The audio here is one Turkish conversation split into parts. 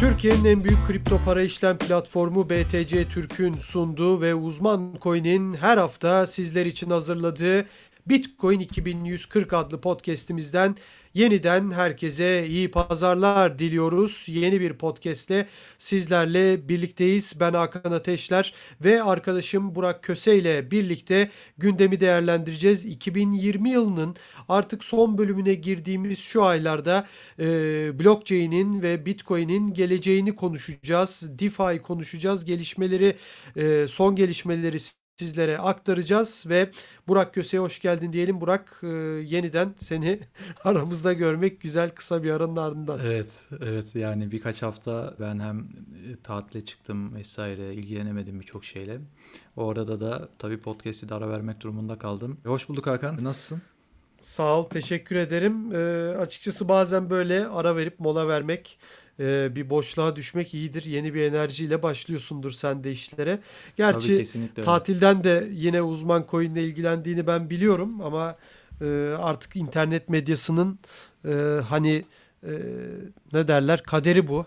Türkiye'nin en büyük kripto para işlem platformu BTC Türk'ün sunduğu ve Uzman Coin'in her hafta sizler için hazırladığı Bitcoin 2140 adlı podcast'imizden yeniden herkese iyi pazarlar diliyoruz. Yeni bir podcast'le sizlerle birlikteyiz. Ben Hakan Ateşler ve arkadaşım Burak Köse ile birlikte gündemi değerlendireceğiz. 2020 yılının artık son bölümüne girdiğimiz şu aylarda blockchain'in ve Bitcoin'in geleceğini konuşacağız. DeFi konuşacağız. Son gelişmeleri sizlere aktaracağız ve Burak Köse'ye hoş geldin diyelim. Burak, yeniden seni aramızda görmek güzel, kısa bir aranın ardından. Evet, yani birkaç hafta ben hem tatile çıktım vesaire, ilgilenemedim birçok şeyle. O arada da tabii podcast'i de ara vermek durumunda kaldım. Hoş bulduk Hakan, nasılsın? Sağ ol, teşekkür ederim. Açıkçası bazen böyle ara verip mola vermek, bir boşluğa düşmek iyidir. Yeni bir enerjiyle başlıyorsundur sen de işlere. Tabii, Gerçi kesinlikle öyle. tatilden de yine uzman coin'le ilgilendiğini ben biliyorum ama artık internet medyasının hani e, ne derler, kaderi bu.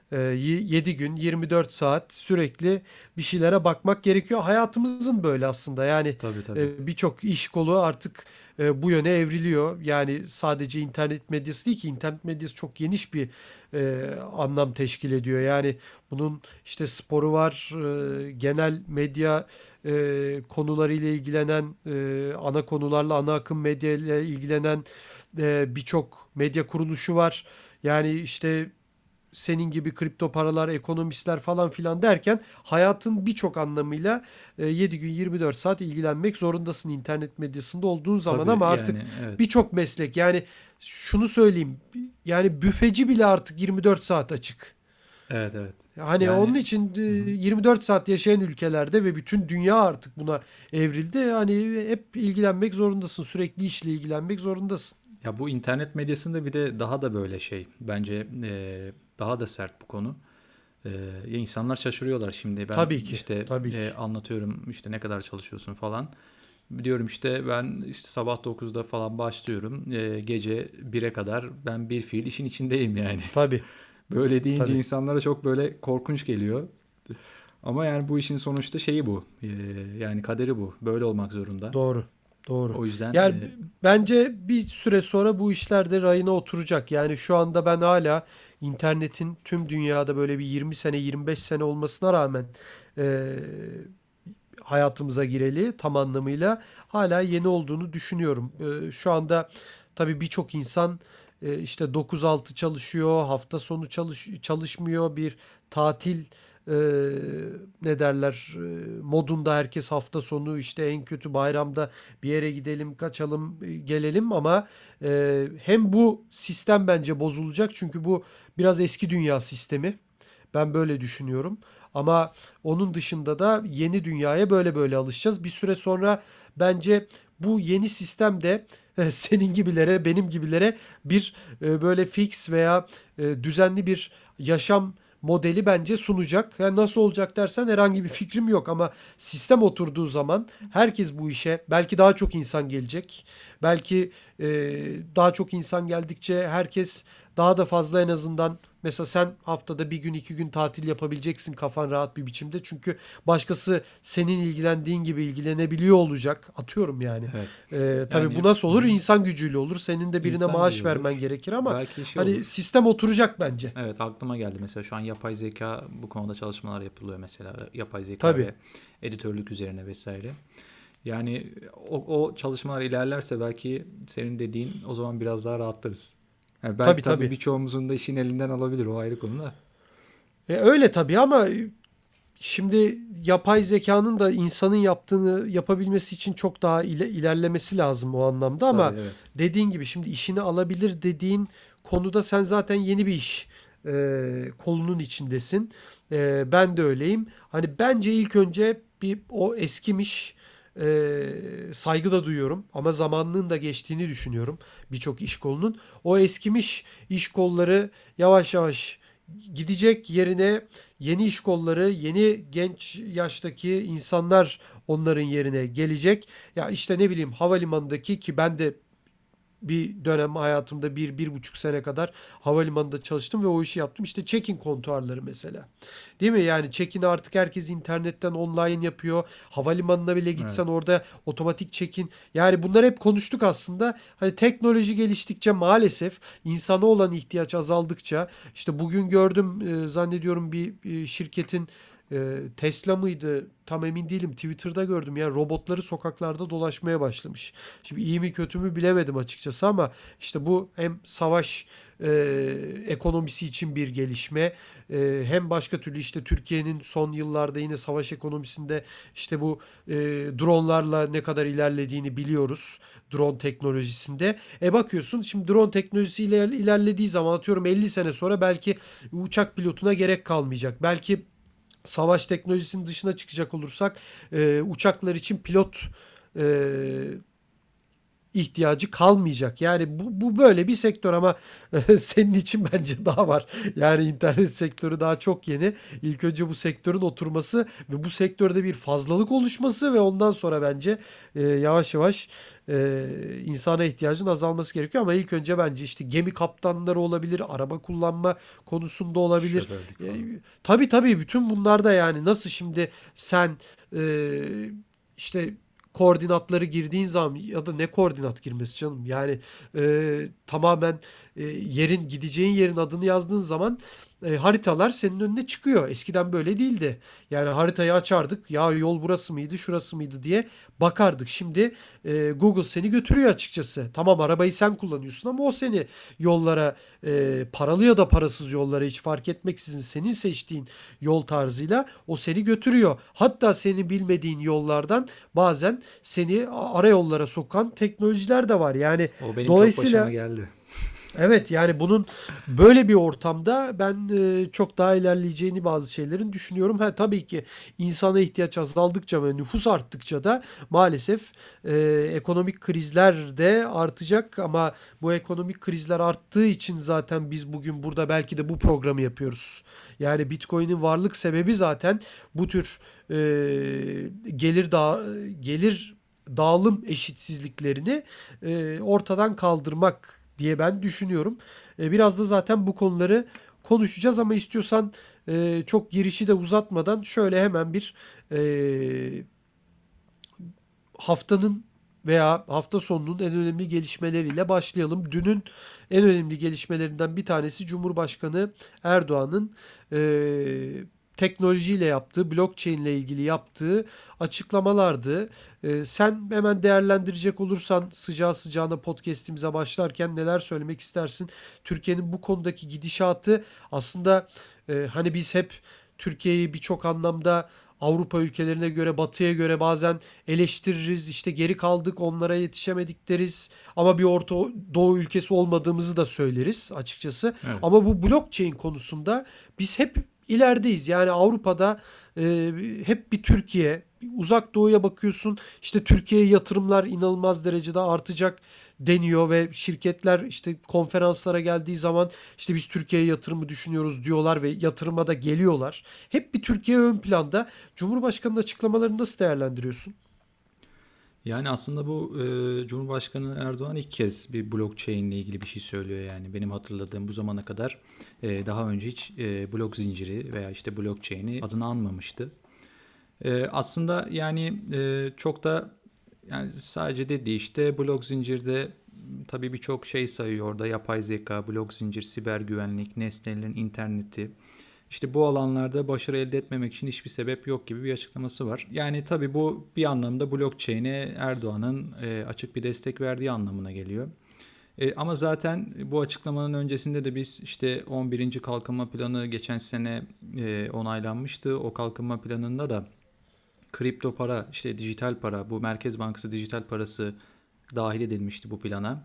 7 gün 24 saat sürekli bir şeylere bakmak gerekiyor. Hayatımızın böyle aslında. Yani Tabii. birçok iş kolu artık bu yöne evriliyor. Yani sadece internet medyası değil ki, internet medyası çok geniş bir anlam teşkil ediyor. Yani bunun işte sporu var, genel medya konularıyla ilgilenen, ana konularla, ana akım medya ile ilgilenen birçok medya kuruluşu var. Yani işte senin gibi kripto paralar, ekonomistler falan filan derken hayatın birçok anlamıyla 7 gün 24 saat ilgilenmek zorundasın internet medyasında olduğun zaman, Tabii ama artık yani evet. birçok meslek, yani şunu söyleyeyim, yani büfeci bile artık 24 saat açık. Evet. Hani onun Yani için hı hı. 24 saat yaşayan ülkelerde ve bütün dünya artık buna evrildi. Hani hep ilgilenmek zorundasın. Sürekli işle ilgilenmek zorundasın. Ya bu internet medyasında bir de daha da böyle bence daha da sert bu konu. Ya insanlar şaşırıyorlar şimdi. Ben Tabii ki. işte Tabii ki. anlatıyorum işte ne kadar çalışıyorsun falan. Diyorum işte ben işte sabah 9'da falan başlıyorum. Gece 1'e kadar ben bir fiil işin içindeyim yani. Tabii. Böyle deyince Tabii. insanlara çok böyle korkunç geliyor. Ama yani bu işin sonuçta şeyi bu. Yani kaderi bu. Böyle olmak zorunda. Doğru. Doğru. O yüzden Yani bence bir süre sonra bu işler de rayına oturacak. Yani şu anda ben hala internetin tüm dünyada böyle bir 20 sene, 25 sene olmasına rağmen e, hayatımıza gireli tam anlamıyla hala yeni olduğunu düşünüyorum. Şu anda tabii birçok insan işte 9-6 çalışıyor, hafta sonu çalışmıyor, bir tatil e, ne derler modunda herkes. Hafta sonu işte en kötü bayramda bir yere gidelim, kaçalım, gelelim, ama hem bu sistem bence bozulacak çünkü bu biraz eski dünya sistemi. Ben böyle düşünüyorum. Ama onun dışında da yeni dünyaya böyle böyle alışacağız. Bir süre sonra bence bu yeni sistemde senin gibilere, benim gibilere bir böyle fix veya düzenli bir yaşam modeli bence sunacak. Yani nasıl olacak dersen herhangi bir fikrim yok, ama sistem oturduğu zaman herkes bu işe, belki daha çok insan gelecek. Belki e, daha çok insan geldikçe herkes daha da fazla, en azından mesela sen haftada bir gün 2 gün tatil yapabileceksin kafan rahat bir biçimde. Çünkü başkası senin ilgilendiğin gibi ilgilenebiliyor olacak. Atıyorum yani. evet. Tabii bu Yani nasıl hı olur? hı. İnsan gücüyle olur. Senin de birine İnsan gücü maaş vermen olur. gerekir, ama Belki hani olur. sistem oturacak bence. Evet, aklıma geldi. Mesela şu an yapay zeka bu konuda çalışmalar yapılıyor mesela. Yapay zeka Tabii. ve editörlük üzerine vesaire. Yani o çalışmalar ilerlerse belki senin dediğin o zaman biraz daha rahatlarız. Yani belki Tabii tabii tabii. birçoğumuzun da işin elinden alabilir, o ayrı konu da. Öyle tabii, ama şimdi yapay zekanın da insanın yaptığını yapabilmesi için çok daha ilerlemesi lazım o anlamda, Tabii, ama evet. dediğin gibi şimdi işini alabilir dediğin konuda sen zaten yeni bir iş kolunun içindesin. Ben de öyleyim. Hani bence ilk önce bir o eskimiş, saygı da duyuyorum ama zamanının da geçtiğini düşünüyorum birçok iş kolunun. O eskimiş iş kolları yavaş yavaş gidecek, yerine yeni iş kolları, yeni genç yaştaki insanlar onların yerine gelecek. Ya işte ne bileyim, havalimanındaki, ki ben de bir dönem hayatımda 1,5 sene kadar havalimanında çalıştım ve o işi yaptım. İşte check-in kontuarları mesela. Değil mi? Yani check-in artık herkes internetten online yapıyor. Havalimanına bile Evet. gitsen orada otomatik check-in. Yani bunlar hep konuştuk aslında. Hani teknoloji geliştikçe maalesef insana olan ihtiyaç azaldıkça işte bugün gördüm zannediyorum bir şirketin Tesla mıydı? Tam emin değilim. Twitter'da gördüm ya robotları sokaklarda dolaşmaya başlamış. Şimdi iyi mi kötü mü bilemedim açıkçası ama işte bu hem savaş e, ekonomisi için bir gelişme, hem başka türlü işte Türkiye'nin son yıllarda yine savaş ekonomisinde işte bu dronlarla ne kadar ilerlediğini biliyoruz. Drone teknolojisinde. Bakıyorsun şimdi drone teknolojisi ilerlediği zaman atıyorum 50 sene sonra belki uçak pilotuna gerek kalmayacak. Belki savaş teknolojisinin dışına çıkacak olursak uçaklar için pilot e, ihtiyacı kalmayacak. Yani bu böyle bir sektör ama senin için bence daha var. Yani internet sektörü daha çok yeni. İlk önce bu sektörün oturması ve bu sektörde bir fazlalık oluşması ve ondan sonra bence yavaş yavaş insana ihtiyacın azalması gerekiyor. Ama ilk önce bence işte gemi kaptanları olabilir, araba kullanma konusunda olabilir. Şoförlük E, falan. tabii bütün bunlar da yani nasıl şimdi sen işte koordinatları girdiğin zaman ya da ne koordinat girmesi canım yani tamamen gideceğin yerin adını yazdığın zaman haritalar senin önüne çıkıyor. Eskiden böyle değildi. Yani haritayı açardık. Ya yol burası mıydı, şurası mıydı diye bakardık. Şimdi Google seni götürüyor açıkçası. Tamam arabayı sen kullanıyorsun ama o seni yollara paralı ya da parasız yollara hiç fark etmeksizin senin seçtiğin yol tarzıyla o seni götürüyor. Hatta senin bilmediğin yollardan bazen seni ara yollara sokan teknolojiler de var. Yani O benim çok başıma dolayısıyla geldi. evet yani bunun böyle bir ortamda ben çok daha ilerleyeceğini bazı şeylerin düşünüyorum. Ha, tabii ki insana ihtiyaç azaldıkça ve nüfus arttıkça da maalesef ekonomik krizler de artacak ama bu ekonomik krizler arttığı için zaten biz bugün burada belki de bu programı yapıyoruz. Yani Bitcoin'in varlık sebebi zaten bu tür gelir dağılım eşitsizliklerini ortadan kaldırmak diye ben düşünüyorum. Biraz da zaten bu konuları konuşacağız ama istiyorsan çok girişi de uzatmadan şöyle hemen bir e, haftanın veya hafta sonunun en önemli gelişmeleriyle başlayalım. Dünün en önemli gelişmelerinden bir tanesi Cumhurbaşkanı Erdoğan'ın teknolojiyle yaptığı, blockchain ile ilgili yaptığı açıklamalardı. Sen hemen değerlendirecek olursan sıcağı sıcağına podcast'imize başlarken neler söylemek istersin? Türkiye'nin bu konudaki gidişatı aslında hani biz hep Türkiye'yi birçok anlamda Avrupa ülkelerine göre, Batı'ya göre bazen eleştiririz. İşte geri kaldık, onlara yetişemedik deriz. Ama bir Orta Doğu ülkesi olmadığımızı da söyleriz açıkçası. Evet. Ama bu blockchain konusunda biz hep ilerideyiz. Yani Avrupa'da hep bir Türkiye, Uzak Doğu'ya bakıyorsun. İşte Türkiye'ye yatırımlar inanılmaz derecede artacak deniyor ve şirketler işte konferanslara geldiği zaman işte biz Türkiye'ye yatırımı düşünüyoruz diyorlar ve yatırıma da geliyorlar. Hep bir Türkiye ön planda. Cumhurbaşkanı'nın açıklamalarını nasıl değerlendiriyorsun? Yani aslında bu Cumhurbaşkanı Erdoğan ilk kez bir blockchain ile ilgili bir şey söylüyor yani. Benim hatırladığım bu zamana kadar daha önce hiç blok zinciri veya işte blockchain'i adını anmamıştı. Aslında yani çok da yani sadece dediği işte blok zincirde tabii birçok şey sayıyor orada. Yapay zeka, blok zincir, siber güvenlik, nesnelerin interneti. İşte bu alanlarda başarı elde etmemek için hiçbir sebep yok gibi bir açıklaması var. Yani tabii bu bir anlamda blockchain'e Erdoğan'ın açık bir destek verdiği anlamına geliyor. Ama zaten bu açıklamanın öncesinde de biz işte 11. Kalkınma Planı geçen sene onaylanmıştı. O kalkınma planında da kripto para, işte dijital para, bu Merkez Bankası dijital parası dahil edilmişti bu plana.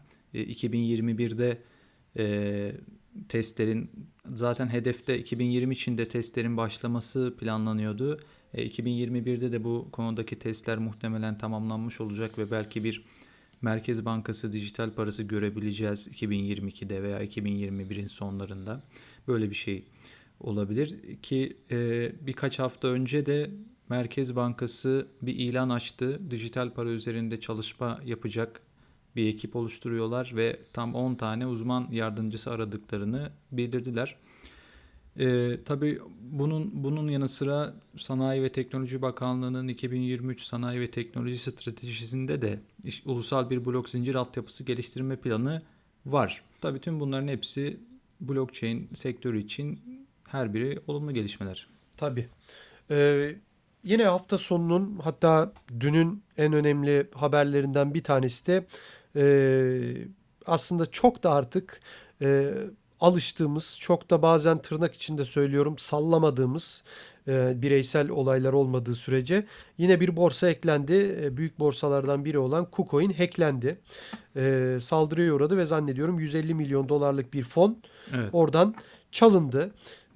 2021'de e, testlerin zaten hedefte 2020 içinde testlerin başlaması planlanıyordu. 2021'de de bu konudaki testler muhtemelen tamamlanmış olacak ve belki bir Merkez Bankası dijital parası görebileceğiz 2022'de veya 2021'in sonlarında. Böyle bir şey olabilir ki birkaç hafta önce de Merkez Bankası bir ilan açtı. Dijital para üzerinde çalışma yapacak bir ekip oluşturuyorlar ve tam 10 tane uzman yardımcısı aradıklarını bildirdiler. Tabii bunun yanı sıra Sanayi ve Teknoloji Bakanlığı'nın 2023 Sanayi ve Teknoloji Stratejisi'nde de ulusal bir blok zincir altyapısı geliştirme planı var. Tabii tüm bunların hepsi blockchain sektörü için her biri olumlu gelişmeler. Tabii. Ee, Yine hafta sonunun hatta dünün en önemli haberlerinden bir tanesi de aslında çok da artık e, alıştığımız, çok da bazen tırnak içinde söylüyorum sallamadığımız bireysel olaylar olmadığı sürece yine bir borsa eklendi. Büyük borsalardan biri olan KuCoin hacklendi. Saldırıya uğradı ve zannediyorum 150 milyon dolarlık bir fon Evet. oradan çalındı.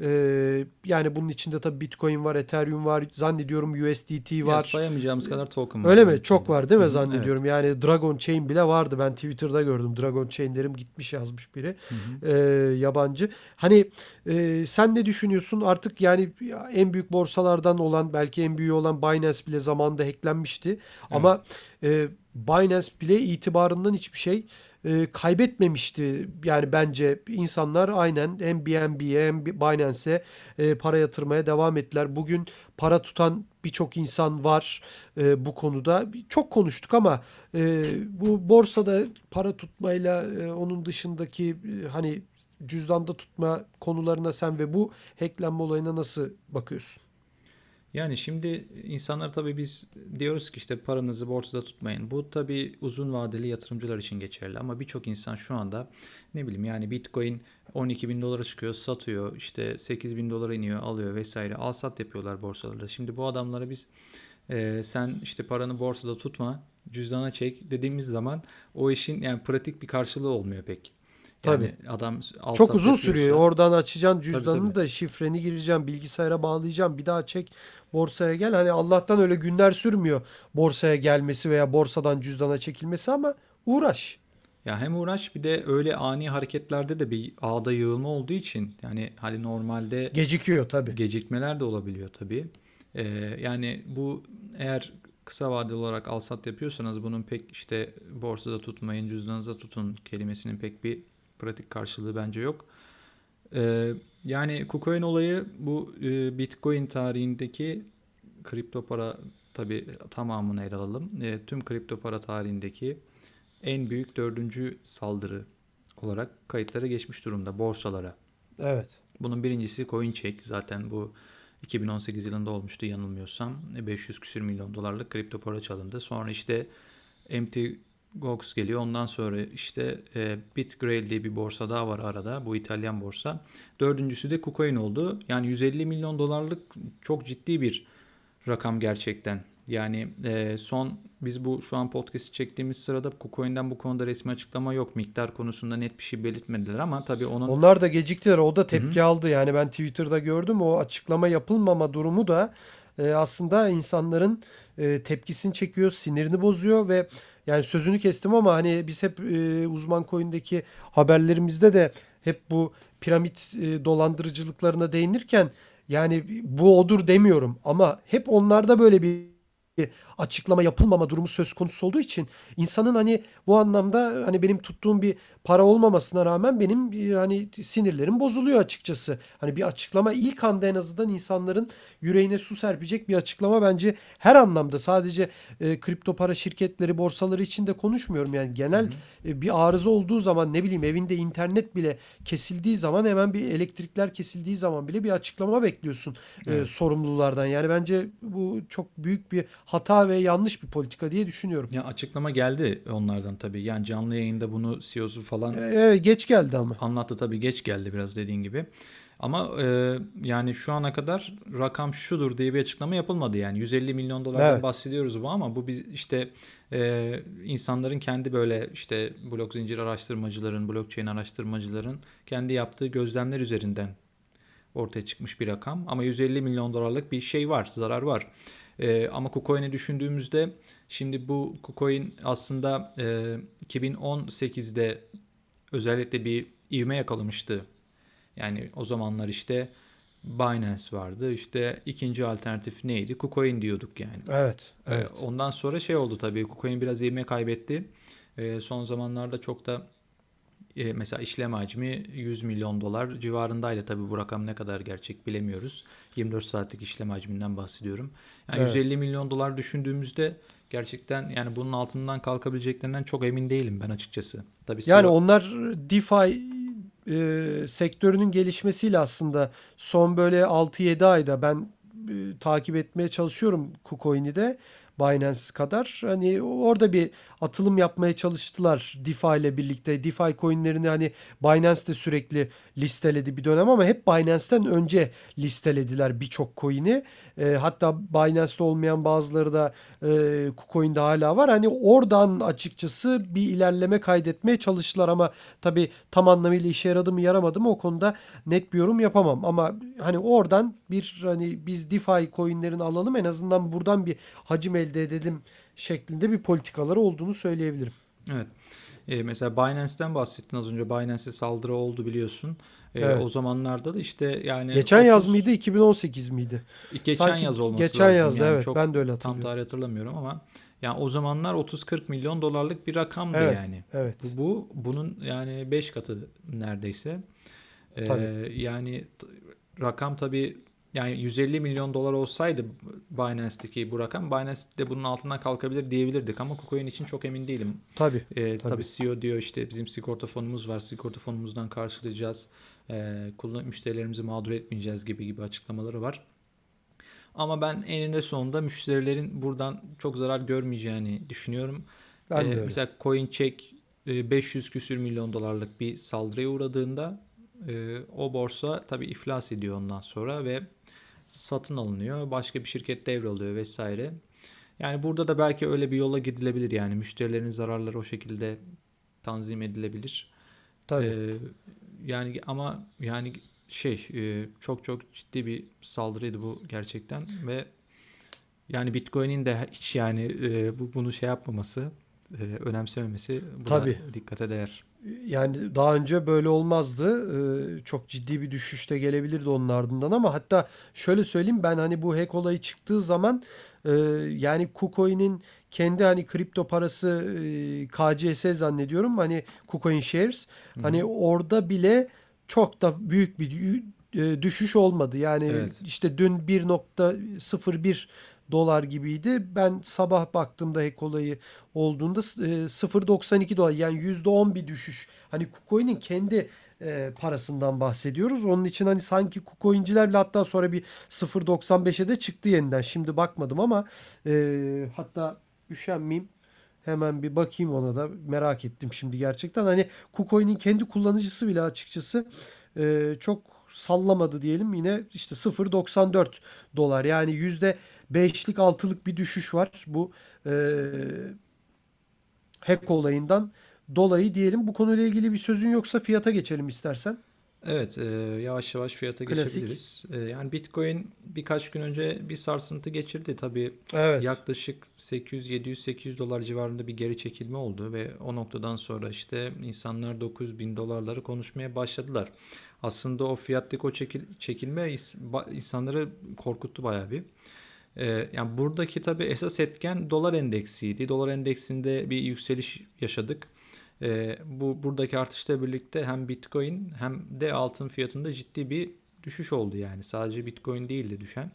Yani bunun içinde tabii Bitcoin var, Ethereum var, zannediyorum USDT Ya var. sayamayacağımız kadar token var Öyle bunun mi? Çok içinde. var değil Hı mi hı, evet. zannediyorum. Yani Dragon Chain bile vardı. Ben Twitter'da gördüm. Dragon Chain'lerim gitmiş yazmış biri. Hı hı. Yabancı. Hani sen ne düşünüyorsun? Artık yani en büyük borsalardan olan belki en büyüğü olan Binance bile zamanında hacklenmişti. Evet. Ama Binance bile itibarından hiçbir şey kaybetmemişti. Yani bence insanlar aynen hem BNB'ye hem Binance'e para yatırmaya devam ettiler. Bugün para tutan birçok insan var bu konuda. Çok konuştuk ama bu borsada para tutmayla onun dışındaki hani cüzdanda tutma konularına sen ve bu hacklenme olayına nasıl bakıyorsun? Yani şimdi insanlar tabii biz diyoruz ki işte paranızı borsada tutmayın. Bu tabii uzun vadeli yatırımcılar için geçerli ama birçok insan şu anda ne bileyim yani Bitcoin 12 bin dolara çıkıyor satıyor işte 8 bin dolara iniyor alıyor vesaire al sat yapıyorlar borsalarda. Şimdi bu adamlara biz sen işte paranı borsada tutma cüzdana çek dediğimiz zaman o işin yani pratik bir karşılığı olmuyor pek. Tabii. Yani adam al Çok sat uzun sürüyor. yapıyorsa Oradan açacaksın tabii tabii. cüzdanını da şifreni gireceksin, bilgisayara bağlayacaksın, bir daha çek borsaya gel. Hani Allah'tan öyle günler sürmüyor borsaya gelmesi veya borsadan cüzdana çekilmesi ama uğraş. Ya hem uğraş bir de öyle ani hareketlerde de bir ağda yığılma olduğu için yani hani normalde Gecikiyor tabii. gecikmeler de olabiliyor tabii. Ee, Yani bu eğer kısa vadeli olarak alsat yapıyorsanız bunun pek işte borsada tutmayın cüzdanınıza tutun kelimesinin pek bir pratik karşılığı bence yok. Yani KuCoin olayı bu Bitcoin tarihindeki kripto para tabii tamamını ele alalım. Tüm kripto para tarihindeki en büyük dördüncü saldırı olarak kayıtlara geçmiş durumda borsalara. Evet. Bunun birincisi CoinCheck. Zaten bu 2018 yılında olmuştu yanılmıyorsam. 500 küsür milyon dolarlık kripto para çalındı. Sonra işte MTGOX geliyor. Ondan sonra işte BitGrail diye bir borsa daha var arada. Bu İtalyan borsa. Dördüncüsü de KuCoin oldu. Yani 150 milyon dolarlık çok ciddi bir rakam gerçekten. Yani son biz bu şu an podcast'i çektiğimiz sırada KuCoin'den bu konuda resmi açıklama yok. Miktar konusunda net bir şey belirtmediler ama tabii onun. Onlar da geciktiler. O da Hı hı. tepki aldı. Yani ben Twitter'da gördüm. O açıklama yapılmama durumu da aslında insanların tepkisini çekiyor, sinirini bozuyor ve yani sözünü kestim ama hani biz hep uzman coin'deki haberlerimizde de hep bu piramit dolandırıcılıklarına değinirken yani bu odur demiyorum ama hep onlarda böyle bir açıklama yapılmama durumu söz konusu olduğu için insanın hani bu anlamda hani benim tuttuğum bir para olmamasına rağmen benim hani sinirlerim bozuluyor açıkçası. Hani bir açıklama ilk anda en azından insanların yüreğine su serpecek bir açıklama bence her anlamda sadece kripto para şirketleri, borsaları için de konuşmuyorum. Yani Hı genel hı. bir arıza olduğu zaman ne bileyim evinde internet bile kesildiği zaman hemen bir elektrikler kesildiği zaman bile bir açıklama bekliyorsun Evet. sorumlulardan. Yani bence bu çok büyük bir hata ve yanlış bir politika diye düşünüyorum. Ya açıklama geldi onlardan tabii. Yani canlı yayında bunu CEO'su falan Evet, geç geldi ama. anlattı tabii geç geldi biraz dediğin gibi. Ama yani şu ana kadar rakam şudur diye bir açıklama yapılmadı yani 150 milyon dolardan Evet. bahsediyoruz bu ama bu biz işte insanların kendi böyle işte blok zincir araştırmacıların, blockchain araştırmacıların kendi yaptığı gözlemler üzerinden ortaya çıkmış bir rakam. Ama 150 milyon dolarlık bir şey var, zarar var. Ama KuCoin'i düşündüğümüzde şimdi bu KuCoin aslında 2018'de özellikle bir ivme yakalamıştı. Yani o zamanlar işte Binance vardı. İşte ikinci alternatif neydi? KuCoin diyorduk yani. Evet. Evet. Ondan sonra şey oldu tabii. KuCoin biraz ivme kaybetti. Son zamanlarda çok da mesela işlem hacmi 100 milyon dolar civarındaydı. Tabii bu rakam ne kadar gerçek bilemiyoruz. 24 saatlik işlem hacminden bahsediyorum. Yani Evet. 150 milyon dolar düşündüğümüzde gerçekten yani bunun altından kalkabileceklerinden çok emin değilim ben açıkçası. Tabii Yani CEO. onlar DeFi sektörünün gelişmesiyle aslında son böyle 6-7 ayda ben takip etmeye çalışıyorum KuCoin'i de Binance kadar. Hani orada bir atılım yapmaya çalıştılar DeFi ile birlikte. DeFi coin'lerini hani Binance de sürekli listeledi bir dönem ama hep Binance'ten önce listelediler birçok coin'i. Hatta Binance'te olmayan bazıları da KuCoin'de hala var. Hani oradan açıkçası bir ilerleme kaydetmeye çalıştılar ama tabii tam anlamıyla işe yaradı mı yaramadı mı o konuda net bir yorum yapamam. Ama hani oradan bir hani biz DeFi coinlerini alalım en azından buradan bir hacim elde edelim şeklinde bir politikaları olduğunu söyleyebilirim. Evet. Mesela Binance'ten bahsettin az önce. Binance'e saldırı oldu biliyorsun. O Evet. zamanlarda da işte yani Geçen yaz mıydı, 2018 miydi? geçen Sanki yaz olması geçen lazım. yazda, Yani evet, çok ben de öyle tam hatırlıyorum. tarih hatırlamıyorum ama yani o zamanlar 30-40 milyon dolarlık bir rakamdı Evet, yani. evet. Bunun yani 5 katı neredeyse. Ee, Tabii. yani rakam tabii yani 150 milyon dolar olsaydı Binance'deki bu rakam Binance de bunun altından kalkabilir diyebilirdik ama KuCoin için çok emin değilim. Tabii. Tabii Tabii. CEO diyor işte bizim sigorta fonumuz var. Sigorta fonumuzdan karşılayacağız. Müşterilerimizi mağdur etmeyeceğiz gibi açıklamaları var. Ama ben eninde sonunda müşterilerin buradan çok zarar görmeyeceğini düşünüyorum. Ben de öyle. Mesela CoinCheck 500 küsür milyon dolarlık bir saldırıya uğradığında o borsa tabii iflas ediyor ondan sonra ve satın alınıyor. Başka bir şirket devralıyor vesaire. Yani burada da belki öyle bir yola gidilebilir yani müşterilerin zararları o şekilde tanzim edilebilir. Tabii. Ee, yani ama yani çok çok ciddi bir saldırıydı bu gerçekten ve yani Bitcoin'in de hiç yani bunu şey yapmaması, önemsememesi bu da Tabii. dikkate değer. Yani daha önce böyle olmazdı. Çok ciddi bir düşüş de gelebilirdi onun ardından ama hatta şöyle söyleyeyim ben hani bu hack olayı çıktığı zaman e, yani KuCoin'in kendi hani kripto parası KCS zannediyorum hani KuCoin Shares Hı hı. hani orada bile çok da büyük bir düşüş olmadı. Yani Evet. işte dün 1,01 dolar gibiydi. Ben sabah baktığımda hack olayı olduğunda 0,92 dolar yani %10 bir düşüş. Hani KuCoin'in kendi parasından bahsediyoruz. Onun için hani sanki KuCoin'ciler bile hatta sonra bir 0,95'e de çıktı yeniden. Şimdi bakmadım ama hatta üşenmeyeyim. Hemen bir bakayım ona da merak ettim şimdi gerçekten. Hani KuCoin'in kendi kullanıcısı bile açıkçası çok sallamadı diyelim. Yine işte 0,94 dolar yani %5'lik 6'lık bir düşüş var. Bu e, hack olayından dolayı diyelim. Bu konuyla ilgili bir sözün yoksa fiyata geçelim istersen. Evet, yavaş yavaş fiyata Klasik. geçebiliriz. Yani Bitcoin birkaç gün önce bir sarsıntı geçirdi. Tabii Evet. yaklaşık 800-700-800 dolar civarında bir geri çekilme oldu ve o noktadan sonra işte insanlar 9.000 dolarları konuşmaya başladılar. Aslında o fiyattaki o çekilme insanları korkuttu bayağı bir. Yani buradaki tabii esas etken dolar endeksiydi. Dolar endeksinde bir yükseliş yaşadık. Buradaki artışla birlikte hem Bitcoin hem de altın fiyatında ciddi bir düşüş oldu yani. Sadece Bitcoin değildi düşen.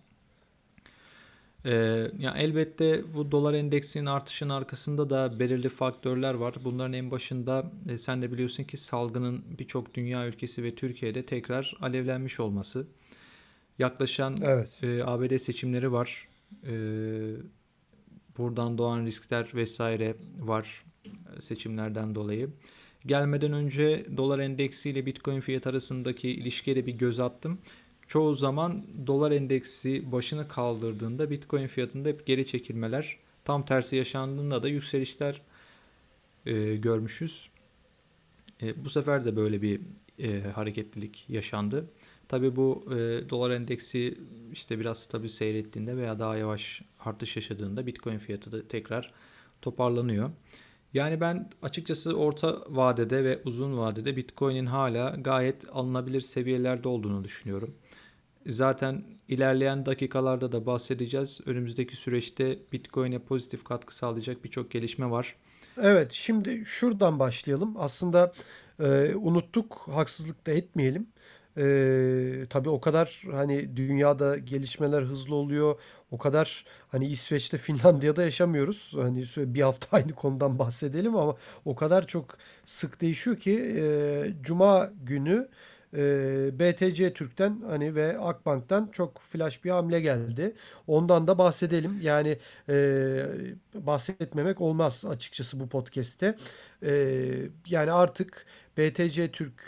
Ya elbette bu dolar endeksinin artışının arkasında da belirli faktörler var. Bunların en başında sen de biliyorsun ki salgının birçok dünya ülkesi ve Türkiye'de tekrar alevlenmiş olması. Yaklaşan Evet. ABD seçimleri var. E, buradan doğan riskler vesaire var seçimlerden dolayı. Gelmeden önce dolar endeksi ile Bitcoin fiyat arasındaki ilişkiye de bir göz attım. Çoğu zaman dolar endeksi başını kaldırdığında Bitcoin fiyatında hep geri çekilmeler, tam tersi yaşandığında da yükselişler görmüşüz. Bu sefer de böyle bir hareketlilik yaşandı. Tabii bu dolar endeksi işte biraz tabii seyrettiğinde veya daha yavaş artış yaşadığında Bitcoin fiyatı da tekrar toparlanıyor. Yani ben açıkçası orta vadede ve uzun vadede Bitcoin'in hala gayet alınabilir seviyelerde olduğunu düşünüyorum. Zaten ilerleyen dakikalarda da bahsedeceğiz. Önümüzdeki süreçte Bitcoin'e pozitif katkı sağlayacak birçok gelişme var. Evet, şimdi şuradan başlayalım. Aslında unuttuk, haksızlık da etmeyelim. Tabii o kadar hani dünyada gelişmeler hızlı oluyor. O kadar hani İsveç'te, Finlandiya'da yaşamıyoruz. Hani bir hafta aynı konudan bahsedelim ama o kadar çok sık değişiyor ki Cuma günü BTC Türk'ten hani ve Akbank'tan çok flash bir hamle geldi. Ondan da bahsedelim. Yani bahsetmemek olmaz açıkçası bu podcast'te. Yani artık BTC Türk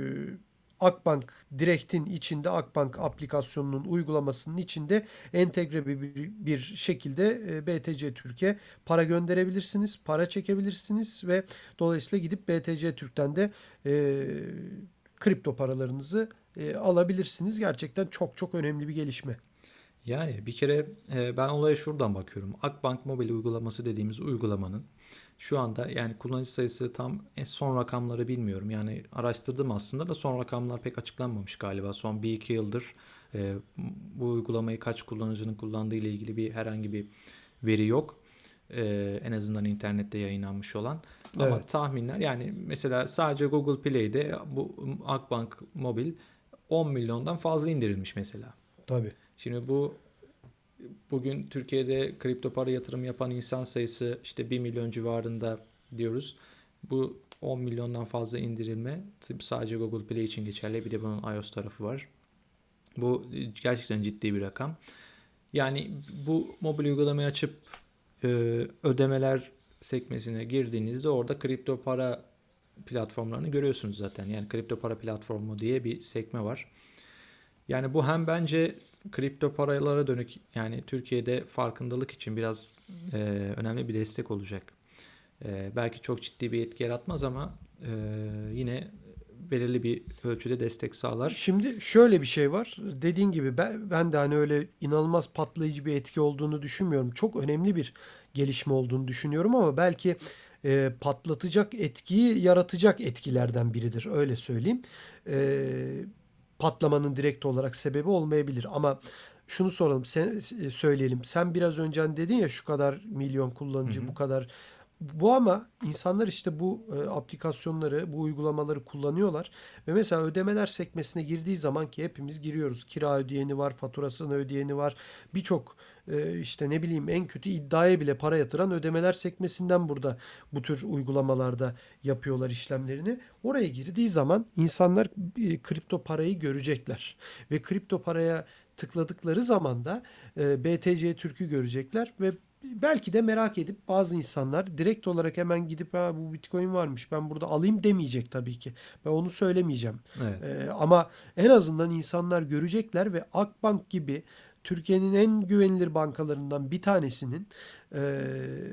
Akbank Direct'in içinde, Akbank aplikasyonunun uygulamasının içinde entegre bir şekilde BTC Türkiye para gönderebilirsiniz, para çekebilirsiniz ve dolayısıyla gidip BTC Türk'ten de e, kripto paralarınızı alabilirsiniz. Gerçekten çok çok önemli bir gelişme. Yani bir kere ben olaya şuradan bakıyorum. Akbank mobil uygulaması dediğimiz uygulamanın şu anda yani kullanıcı sayısı tam son rakamları bilmiyorum. Yani araştırdım aslında da son rakamlar pek açıklanmamış galiba. Son bir iki yıldır e, bu uygulamayı kaç kullanıcının kullandığı ile ilgili bir herhangi bir veri yok. En azından internette yayınlanmış olan. Ama Evet, tahminler yani mesela sadece Google Play'de bu Akbank mobil 10 milyondan fazla indirilmiş mesela. tabii. Şimdi bugün Türkiye'de kripto para yatırım yapan insan sayısı işte 1 milyon civarında diyoruz. Bu 10 milyondan fazla indirilme sadece Google Play için geçerli. Bir de bunun iOS tarafı var. Bu gerçekten ciddi bir rakam. Yani bu mobil uygulamayı açıp e, ödemeler sekmesine girdiğinizde orada kripto para platformlarını görüyorsunuz zaten. Yani kripto para platformu diye bir sekme var. Yani bu hem bence kripto paralara dönük yani Türkiye'de farkındalık için biraz e, önemli bir destek olacak. Belki çok ciddi bir etki yaratmaz ama yine belirli bir ölçüde destek sağlar. Şimdi şöyle bir şey var. Dediğin gibi ben de hani öyle inanılmaz patlayıcı bir etki olduğunu düşünmüyorum. Çok önemli bir gelişme olduğunu düşünüyorum ama belki patlatacak etkiyi yaratacak etkilerden biridir. Öyle söyleyeyim. E, Patlamanın direkt olarak sebebi olmayabilir ama şunu soralım, söyleyelim. Sen biraz önce hani dedin ya şu kadar milyon Hı kullanıcı, hı. bu kadar bu ama insanlar işte bu aplikasyonları, bu uygulamaları kullanıyorlar ve mesela ödemeler sekmesine girdiği zaman ki hepimiz giriyoruz. Kira ödeyeni var, faturasını ödeyeni var. Birçok işte ne bileyim en kötü iddiaya bile para yatıran ödemeler sekmesinden burada bu tür uygulamalarda yapıyorlar işlemlerini. Oraya girdiği zaman insanlar kripto parayı görecekler ve kripto paraya tıkladıkları zaman da BTC Türk'ü görecekler ve belki de merak edip bazı insanlar direkt olarak hemen gidip ha, bu Bitcoin varmış ben burada alayım demeyecek tabii ki. Ben onu söylemeyeceğim. Evet. Ama en azından insanlar görecekler ve Akbank gibi Türkiye'nin en güvenilir bankalarından bir tanesinin e,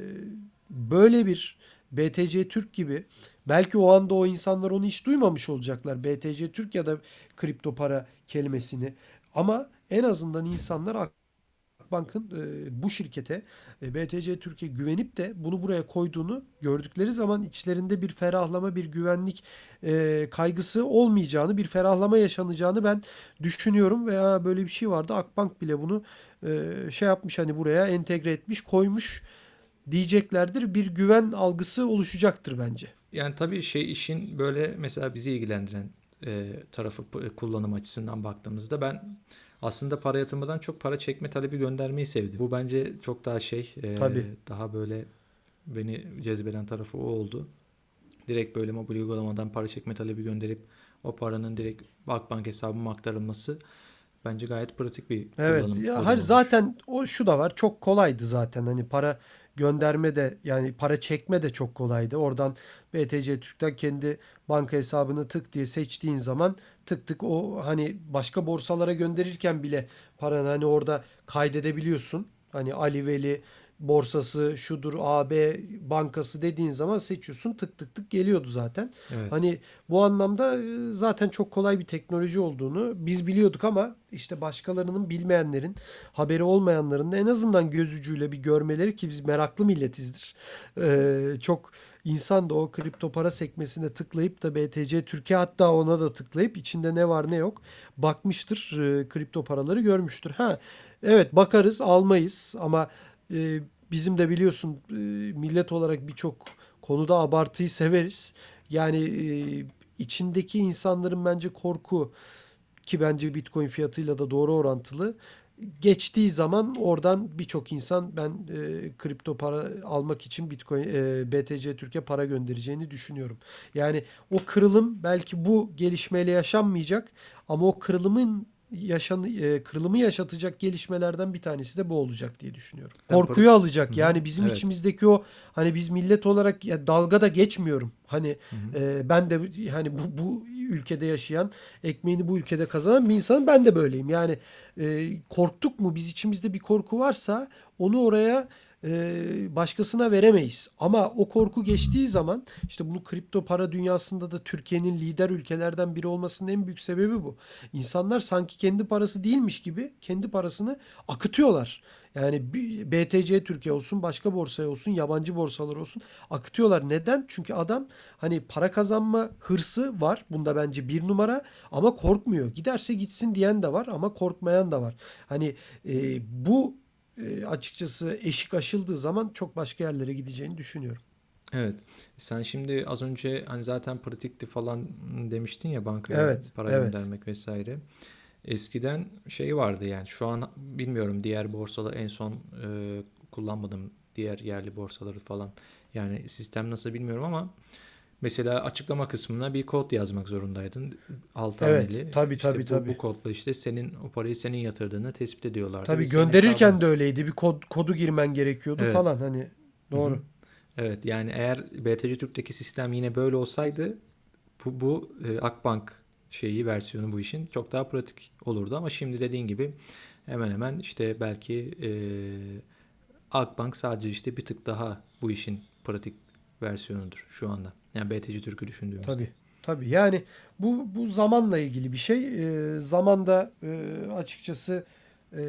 böyle bir BTC Türk gibi belki o anda o insanlar onu hiç duymamış olacaklar. BTC Türk ya da kripto para kelimesini. Ama en azından insanlar Akbank'ın bu şirkete BTC Türkiye güvenip de bunu buraya koyduğunu gördükleri zaman içlerinde bir ferahlama, bir güvenlik kaygısı olmayacağını, bir ferahlama yaşanacağını ben düşünüyorum veya böyle bir şey vardı. Akbank bile bunu şey yapmış hani buraya entegre etmiş, koymuş diyeceklerdir. Bir güven algısı oluşacaktır bence. Yani tabii işin böyle mesela bizi ilgilendiren tarafı kullanım açısından baktığımızda ben aslında para yatırmadan çok para çekme talebi göndermeyi sevdim. Bu bence çok daha Tabii. daha böyle beni cezbeden tarafı o oldu. Direkt böyle mobil uygulamadan para çekme talebi gönderip o paranın direkt Akbank hesabıma aktarılması bence gayet pratik bir Evet. kullanım Ya modeli hayır olmuş. zaten o şu da var. Çok kolaydı zaten. Hani para gönderme de yani para çekme de çok kolaydı. Oradan BTC Türk'ten kendi banka hesabını tık diye seçtiğin zaman tık tık o hani başka borsalara gönderirken bile paranı hani orada kaydedebiliyorsun. Hani Ali Veli borsası şudur AB bankası dediğin zaman seçiyorsun tık tık tık geliyordu zaten. Evet. Hani bu anlamda zaten çok kolay bir teknoloji olduğunu biz biliyorduk ama işte başkalarının bilmeyenlerin, haberi olmayanların da en azından göz ucuyla bir görmeleri ki biz meraklı milletizdir. Çok insan da o kripto para sekmesine tıklayıp da BTC Türkiye hatta ona da tıklayıp içinde ne var ne yok bakmıştır, kripto paraları görmüştür. Ha, evet bakarız almayız ama bizim de biliyorsun millet olarak birçok konuda abartıyı severiz. Yani içindeki insanların bence korku, ki bence Bitcoin fiyatıyla da doğru orantılı. Geçtiği zaman oradan birçok insan ben kripto para almak için Bitcoin, BTC Türkiye para göndereceğini düşünüyorum. Yani o kırılım belki bu gelişmeyle yaşanmayacak ama o kırılımı yaşatacak gelişmelerden bir tanesi de bu olacak diye düşünüyorum. Ben Korkuyu Hı alacak. hı. Yani bizim Evet. içimizdeki o, hani biz millet olarak ya dalga da geçmiyorum. Hani Hı hı. ben de hani bu ülkede yaşayan, ekmeğini bu ülkede kazanan bir insanım. Ben de böyleyim. Yani korktuk mu, biz içimizde bir korku varsa onu oraya başkasına veremeyiz. Ama o korku geçtiği zaman, işte bunu kripto para dünyasında da Türkiye'nin lider ülkelerden biri olmasının en büyük sebebi bu. İnsanlar sanki kendi parası değilmiş gibi kendi parasını akıtıyorlar. Yani BTC Türkiye olsun, başka borsaya olsun, yabancı borsalar olsun, akıtıyorlar. Neden? Çünkü adam hani para kazanma hırsı var. Bunda bence bir numara, ama korkmuyor. Giderse gitsin diyen de var ama korkmayan da var. Hani bu açıkçası eşik aşıldığı zaman çok başka yerlere gideceğini düşünüyorum. Evet. Sen şimdi az önce hani zaten pratikti falan demiştin ya, bankaya Evet, para evet. göndermek vesaire. Eskiden şey vardı, yani şu an bilmiyorum, diğer borsalar en son kullanmadım diğer yerli borsaları falan. Yani sistem nasıl bilmiyorum ama mesela açıklama kısmına bir kod yazmak zorundaydın. 6 Evet, haneli. tabii tabii İşte bu tabii. kodla işte senin o parayı senin yatırdığını tespit ediyorlardı ve Tabii senin hesabına. gönderirken de öyleydi. Bir kodu girmen gerekiyordu Evet. falan, hani Hı hı. doğru. Evet, yani eğer BTC Türk'teki sistem yine böyle olsaydı bu Akbank şeyi, versiyonu bu işin çok daha pratik olurdu ama şimdi dediğin gibi hemen hemen işte belki Akbank sadece işte bir tık daha bu işin pratik versiyonudur şu anda. Yani BTC Türk'ü düşündüğümüzde. Tabii. Tabii. Yani bu zamanla ilgili bir şey. Zamanda açıkçası e,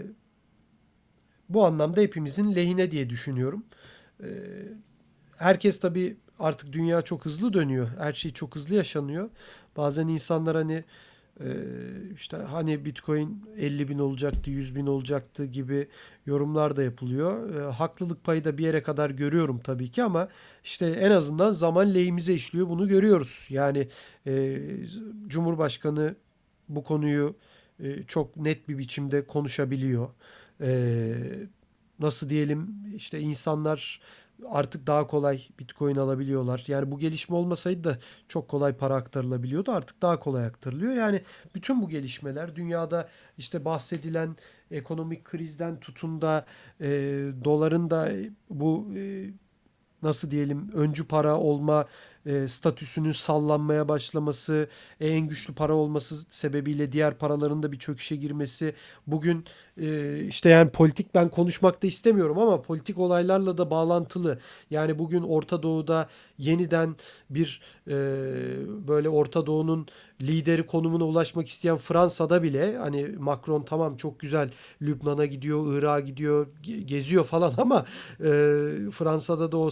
bu anlamda hepimizin lehine diye düşünüyorum. E, Herkes tabii, artık dünya çok hızlı dönüyor. Her şey çok hızlı yaşanıyor. Bazen insanlar hani işte hani Bitcoin 50 bin olacaktı, 100 bin olacaktı gibi yorumlar da yapılıyor. Haklılık payı da bir yere kadar görüyorum tabii ki, ama işte en azından zaman lehimize işliyor. Bunu görüyoruz. Yani e, Cumhurbaşkanı bu konuyu çok net bir biçimde konuşabiliyor. E, Nasıl diyelim, işte insanlar artık daha kolay Bitcoin alabiliyorlar. Yani bu gelişme olmasaydı da çok kolay para aktarılabiliyordu. Artık daha kolay aktarılıyor. Yani bütün bu gelişmeler dünyada, işte bahsedilen ekonomik krizden tutun da e, doların da bu nasıl diyelim öncü para olma statüsünün sallanmaya başlaması, en güçlü para olması sebebiyle diğer paraların da bir çöküşe girmesi. Bugün işte yani politik ben konuşmak da istemiyorum ama politik olaylarla da bağlantılı. Yani bugün Orta Doğu'da yeniden bir e, böyle Orta Doğu'nun lideri konumuna ulaşmak isteyen Fransa'da bile, hani Macron tamam çok güzel Lübnan'a gidiyor, Irak'a gidiyor, geziyor falan ama Fransa'da da o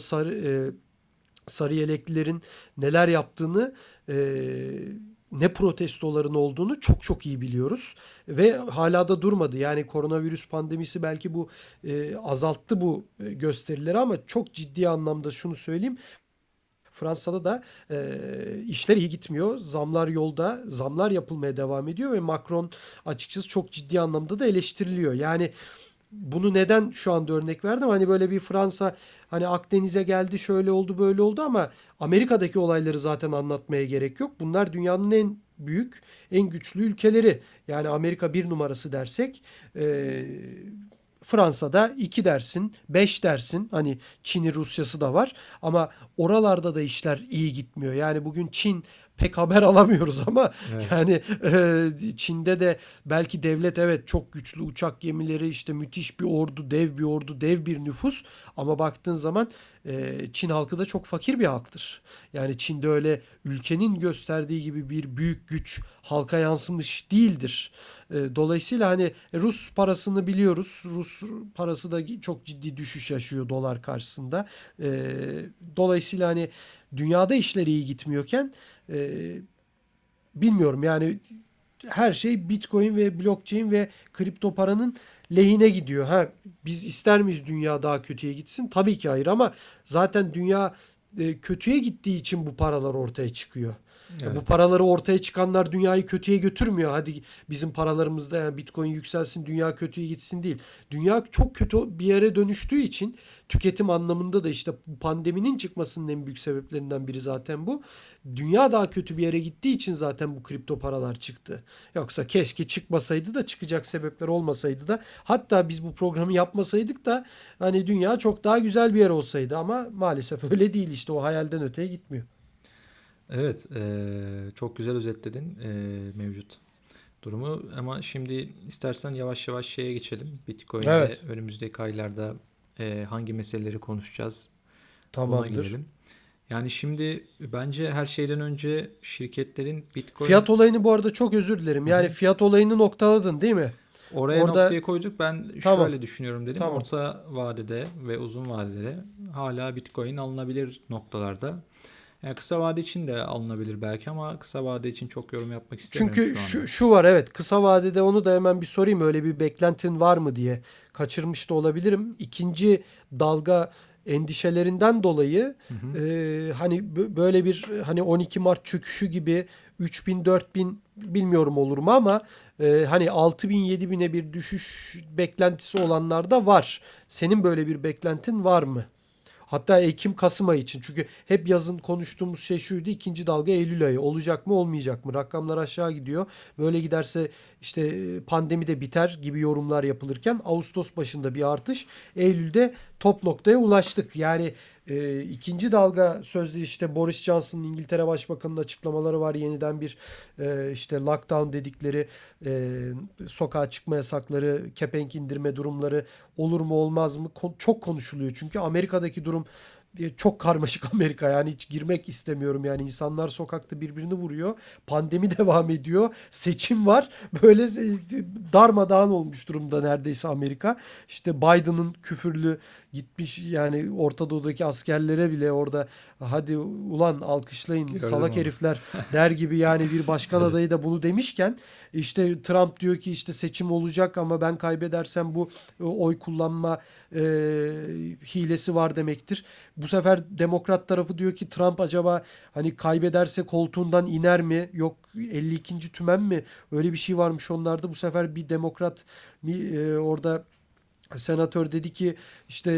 sarı yeleklilerin neler yaptığını, e, ne protestoların olduğunu çok çok iyi biliyoruz ve hala da durmadı. Yani koronavirüs pandemisi belki bu azalttı bu gösterileri, ama çok ciddi anlamda şunu söyleyeyim. Fransa'da da işler iyi gitmiyor. Zamlar yolda, zamlar yapılmaya devam ediyor ve Macron açıkçası çok ciddi anlamda da eleştiriliyor. Yani bunu neden şu anda örnek verdim? Hani böyle bir Fransa, hani Akdeniz'e geldi, şöyle oldu, böyle oldu, ama Amerika'daki olayları zaten anlatmaya gerek yok. Bunlar dünyanın en büyük, en güçlü ülkeleri. Yani Amerika bir numarası dersek, Fransa'da 2 dersin, 5 dersin. Hani Çin'i, Rusya'sı da var. Ama oralarda da işler iyi gitmiyor. Yani bugün Çin pek haber alamıyoruz ama Evet. yani Çin'de de belki devlet, evet, çok güçlü uçak gemileri, işte müthiş bir ordu, dev bir ordu, dev bir nüfus, ama baktığın zaman Çin halkı da çok fakir bir halktır. Yani Çin'de öyle ülkenin gösterdiği gibi bir büyük güç halka yansımış değildir. Dolayısıyla hani Rus parasını biliyoruz. Rus parası da çok ciddi düşüş yaşıyor dolar karşısında. Dolayısıyla hani dünyada işler iyi gitmiyorken, e, bilmiyorum yani, her şey Bitcoin ve blockchain ve kripto paranın lehine gidiyor. Ha, biz ister miyiz dünya daha kötüye gitsin? Tabii ki hayır, ama zaten dünya kötüye gittiği için bu paralar ortaya çıkıyor. Bu Evet. paraları ortaya çıkanlar dünyayı kötüye götürmüyor. Hadi bizim paralarımızda yani Bitcoin yükselsin, dünya kötüye gitsin değil. Dünya çok kötü bir yere dönüştüğü için tüketim anlamında da işte bu pandeminin çıkmasının en büyük sebeplerinden biri zaten bu. Dünya daha kötü bir yere gittiği için zaten bu kripto paralar çıktı. Yoksa keşke çıkmasaydı da, çıkacak sebepler olmasaydı da, hatta biz bu programı yapmasaydık da hani dünya çok daha güzel bir yer olsaydı, ama maalesef öyle değil, işte o hayalden öteye gitmiyor. Evet, çok güzel özetledin mevcut durumu. Ama şimdi istersen yavaş yavaş şeye geçelim. Bitcoin'de Evet, önümüzdeki aylarda hangi meseleleri konuşacağız? Buna tamamdır. girelim. Yani şimdi bence her şeyden önce şirketlerin Bitcoin. Fiyat olayını bu arada çok özür dilerim. Hı Yani hı. fiyat olayını noktaladın değil mi? Oraya Orada noktayı koyduk. Ben tamam, şöyle düşünüyorum dedim. tamam. Orta vadede ve uzun vadede hala Bitcoin alınabilir noktalarda. Yani kısa vade için de alınabilir belki ama kısa vade için çok yorum yapmak istemiyorum Çünkü şu anda. şu var, evet, kısa vadede onu da hemen bir sorayım, öyle bir beklentin var mı diye kaçırmış da olabilirim. İkinci dalga endişelerinden dolayı Hı hı. hani böyle bir hani 12 Mart çöküşü gibi 3000 4000 bilmiyorum olur mu, ama hani 6000 7000'e bir düşüş beklentisi olanlar da var. Senin böyle bir beklentin var mı? Hatta Ekim-Kasım ayı için. Çünkü hep yazın konuştuğumuz şey şuydu. İkinci dalga Eylül ayı. Olacak mı olmayacak mı? Rakamlar aşağı gidiyor. Böyle giderse işte pandemi de biter gibi yorumlar yapılırken Ağustos başında bir artış. Eylül'de top noktaya ulaştık. Yani ikinci dalga sözde işte Boris Johnson'ın, İngiltere Başbakanı'nın açıklamaları var. Yeniden bir işte lockdown dedikleri e, sokağa çıkma yasakları, kepenk indirme durumları olur mu olmaz mı? Çok konuşuluyor. Çünkü Amerika'daki durum çok karmaşık Amerika. Yani hiç girmek istemiyorum. Yani insanlar sokakta birbirini vuruyor. Pandemi devam ediyor. Seçim var. Böyle darmadağın olmuş durumda neredeyse Amerika. İşte Biden'ın küfürlü gitmiş, yani Orta Doğu'daki askerlere bile orada hadi ulan alkışlayın Gördüm salak onu. herifler der gibi, yani bir başkan Evet. adayı da bunu demişken işte Trump diyor ki işte seçim olacak ama ben kaybedersem bu oy kullanma e, hilesi var demektir. Bu sefer Demokrat tarafı diyor ki Trump acaba hani kaybederse koltuğundan iner mi? Yok 52. tümen mi? Öyle bir şey varmış onlarda. Bu sefer bir Demokrat orada senatör dedi ki işte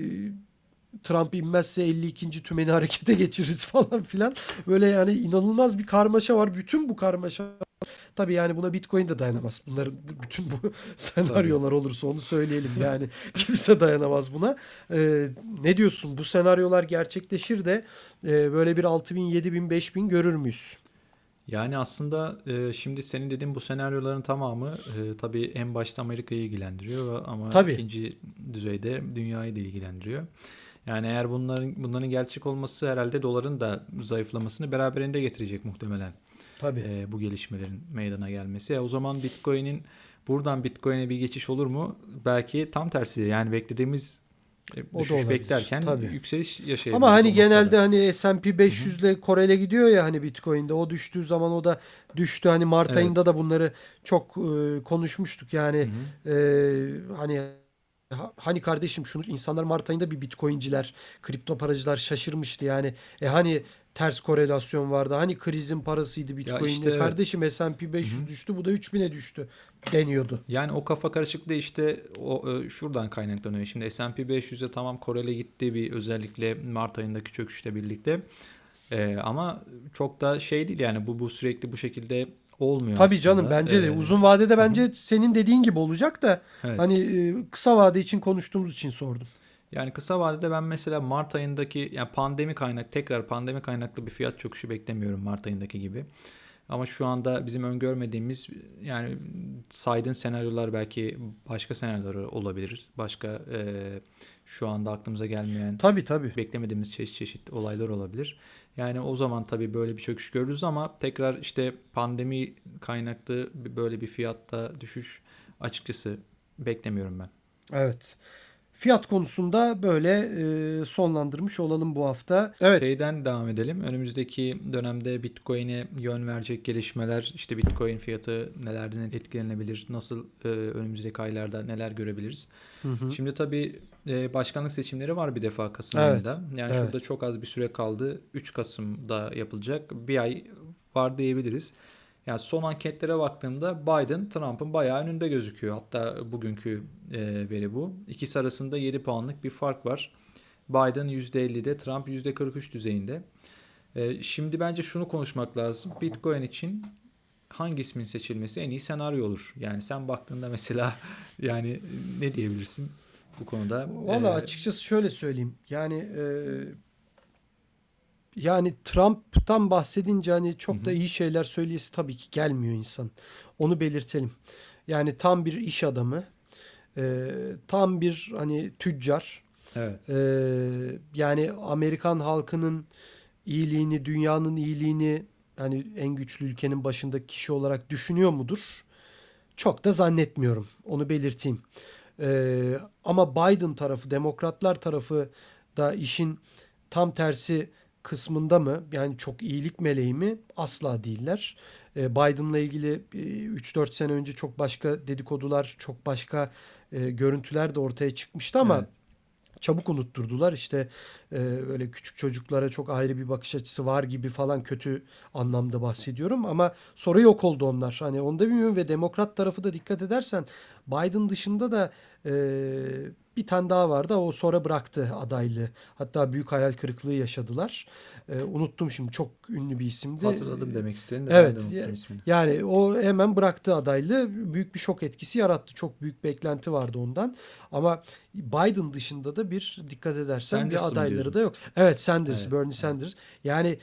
Trump inmezse 52. tümeni harekete geçiririz falan filan. Böyle yani inanılmaz bir karmaşa var. Bütün bu karmaşa, tabii yani buna Bitcoin de dayanamaz. Bunların bütün bu Tabii. senaryolar olursa onu söyleyelim. Yani kimse dayanamaz buna. Ne diyorsun? Bu senaryolar gerçekleşir de böyle bir 6000, 7000, 5000 görür müyüz? Yani aslında şimdi senin dediğin bu senaryoların tamamı tabii en başta Amerika'yı ilgilendiriyor ama Tabii, ikinci düzeyde dünyayı da ilgilendiriyor. Yani eğer bunların gerçek olması herhalde doların da zayıflamasını beraberinde getirecek muhtemelen tabii. bu gelişmelerin meydana gelmesi. O zaman buradan Bitcoin'e bir geçiş olur mu? Belki tam tersi yani beklediğimiz O da düşüş olabilir. beklerken Tabii. yükseliş Ama yaşayabiliriz hani o genelde noktada. hani S&P Hı hı. 500 ile korele gidiyor ya hani Bitcoin'de. O düştüğü zaman o da düştü. Hani Mart ayında Evet. da bunları çok konuşmuştuk. Hı Yani hı. e, hani hani kardeşim şunu, insanlar Mart ayında bir Bitcoin'ciler, kripto paracılar şaşırmıştı yani. Hani ters korelasyon vardı. Hani krizin parasıydı Ya Bitcoin. işte evet. Kardeşim S&P Hı hı. 500 düştü, bu da 3000'e düştü deniyordu. Yani o kafa karışıklığı işte şuradan kaynaklanıyor. Şimdi S&P 500'e tamam korele gitti bir özellikle Mart ayındaki çöküşle birlikte. Ama çok da şey değil yani bu sürekli bu şekilde olmuyor Tabii canım, aslında. bence de uzun vadede Hı hı. bence senin dediğin gibi olacak da Evet. hani kısa vade için konuştuğumuz için sordum. Yani kısa vadede ben mesela Mart ayındaki yani tekrar pandemi kaynaklı bir fiyat çöküşü beklemiyorum Mart ayındaki gibi. Ama şu anda bizim öngörmediğimiz yani saydığın senaryolar belki başka senaryolar olabilir. Başka şu anda aklımıza gelmeyen Tabii, tabii. beklemediğimiz çeşit çeşit olaylar olabilir. Yani o zaman tabii böyle bir çöküş görürüz ama tekrar işte pandemi kaynaklı böyle bir fiyatta düşüş açıkçası beklemiyorum ben. Evet. Fiyat konusunda böyle sonlandırmış olalım bu hafta. Evet. Şeyden devam edelim. Önümüzdeki dönemde Bitcoin'e yön verecek gelişmeler, işte Bitcoin fiyatı nelerden etkilenebilir, nasıl önümüzdeki aylarda neler görebiliriz? Hı hı. Şimdi tabii başkanlık seçimleri var bir defa Kasım Evet. ayında. Yani Evet. şurada çok az bir süre kaldı. 3 Kasım'da yapılacak. Bir ay var diyebiliriz. Yani son anketlere baktığımda Biden Trump'ın bayağı önünde gözüküyor. Hatta bugünkü veri bu. İkisi arasında 7 puanlık bir fark var. Biden %50'de, Trump %43 düzeyinde. Şimdi bence şunu konuşmak lazım. Bitcoin için hangi ismin seçilmesi en iyi senaryo olur? Yani sen baktığında mesela yani ne diyebilirsin bu konuda? Valla açıkçası şöyle söyleyeyim. Yani Trump'tan bahsedince hani Hı çok da hı, iyi şeyler söyleyesi tabii ki gelmiyor insan. Onu belirtelim. Yani tam bir iş adamı, tam bir hani tüccar. evet. Yani Amerikan halkının iyiliğini, dünyanın iyiliğini hani en güçlü ülkenin başındaki kişi olarak düşünüyor mudur? Çok da zannetmiyorum. Onu belirteyim. Ama Biden tarafı, Demokratlar tarafı da işin tam tersi kısmında mı? Yani çok iyilik meleği mi? Asla değiller. Biden'la ilgili 3-4 sene önce çok başka dedikodular, çok başka görüntüler de ortaya çıkmıştı ama Evet. çabuk unutturdular. İşte öyle küçük çocuklara çok ayrı bir bakış açısı var gibi falan, kötü anlamda bahsediyorum ama sonra yok oldu onlar. Hani onu da bilmiyorum ve Demokrat tarafı da dikkat edersen Biden dışında da e, bir tane daha vardı. O sonra bıraktı adaylığı. Hatta büyük hayal kırıklığı yaşadılar. Unuttum şimdi, çok ünlü bir isimdi. Hatırladım demek istediğini de ben de Evet, unuttum ismini. yani o hemen bıraktı adaylığı. Büyük bir şok etkisi yarattı. Çok büyük beklenti vardı ondan. Ama Biden dışında da bir dikkat edersen bir Sanders'ı mı adayları diyorsun? da yok. Evet, Sanders, Evet. Bernie Evet. Sanders. Yani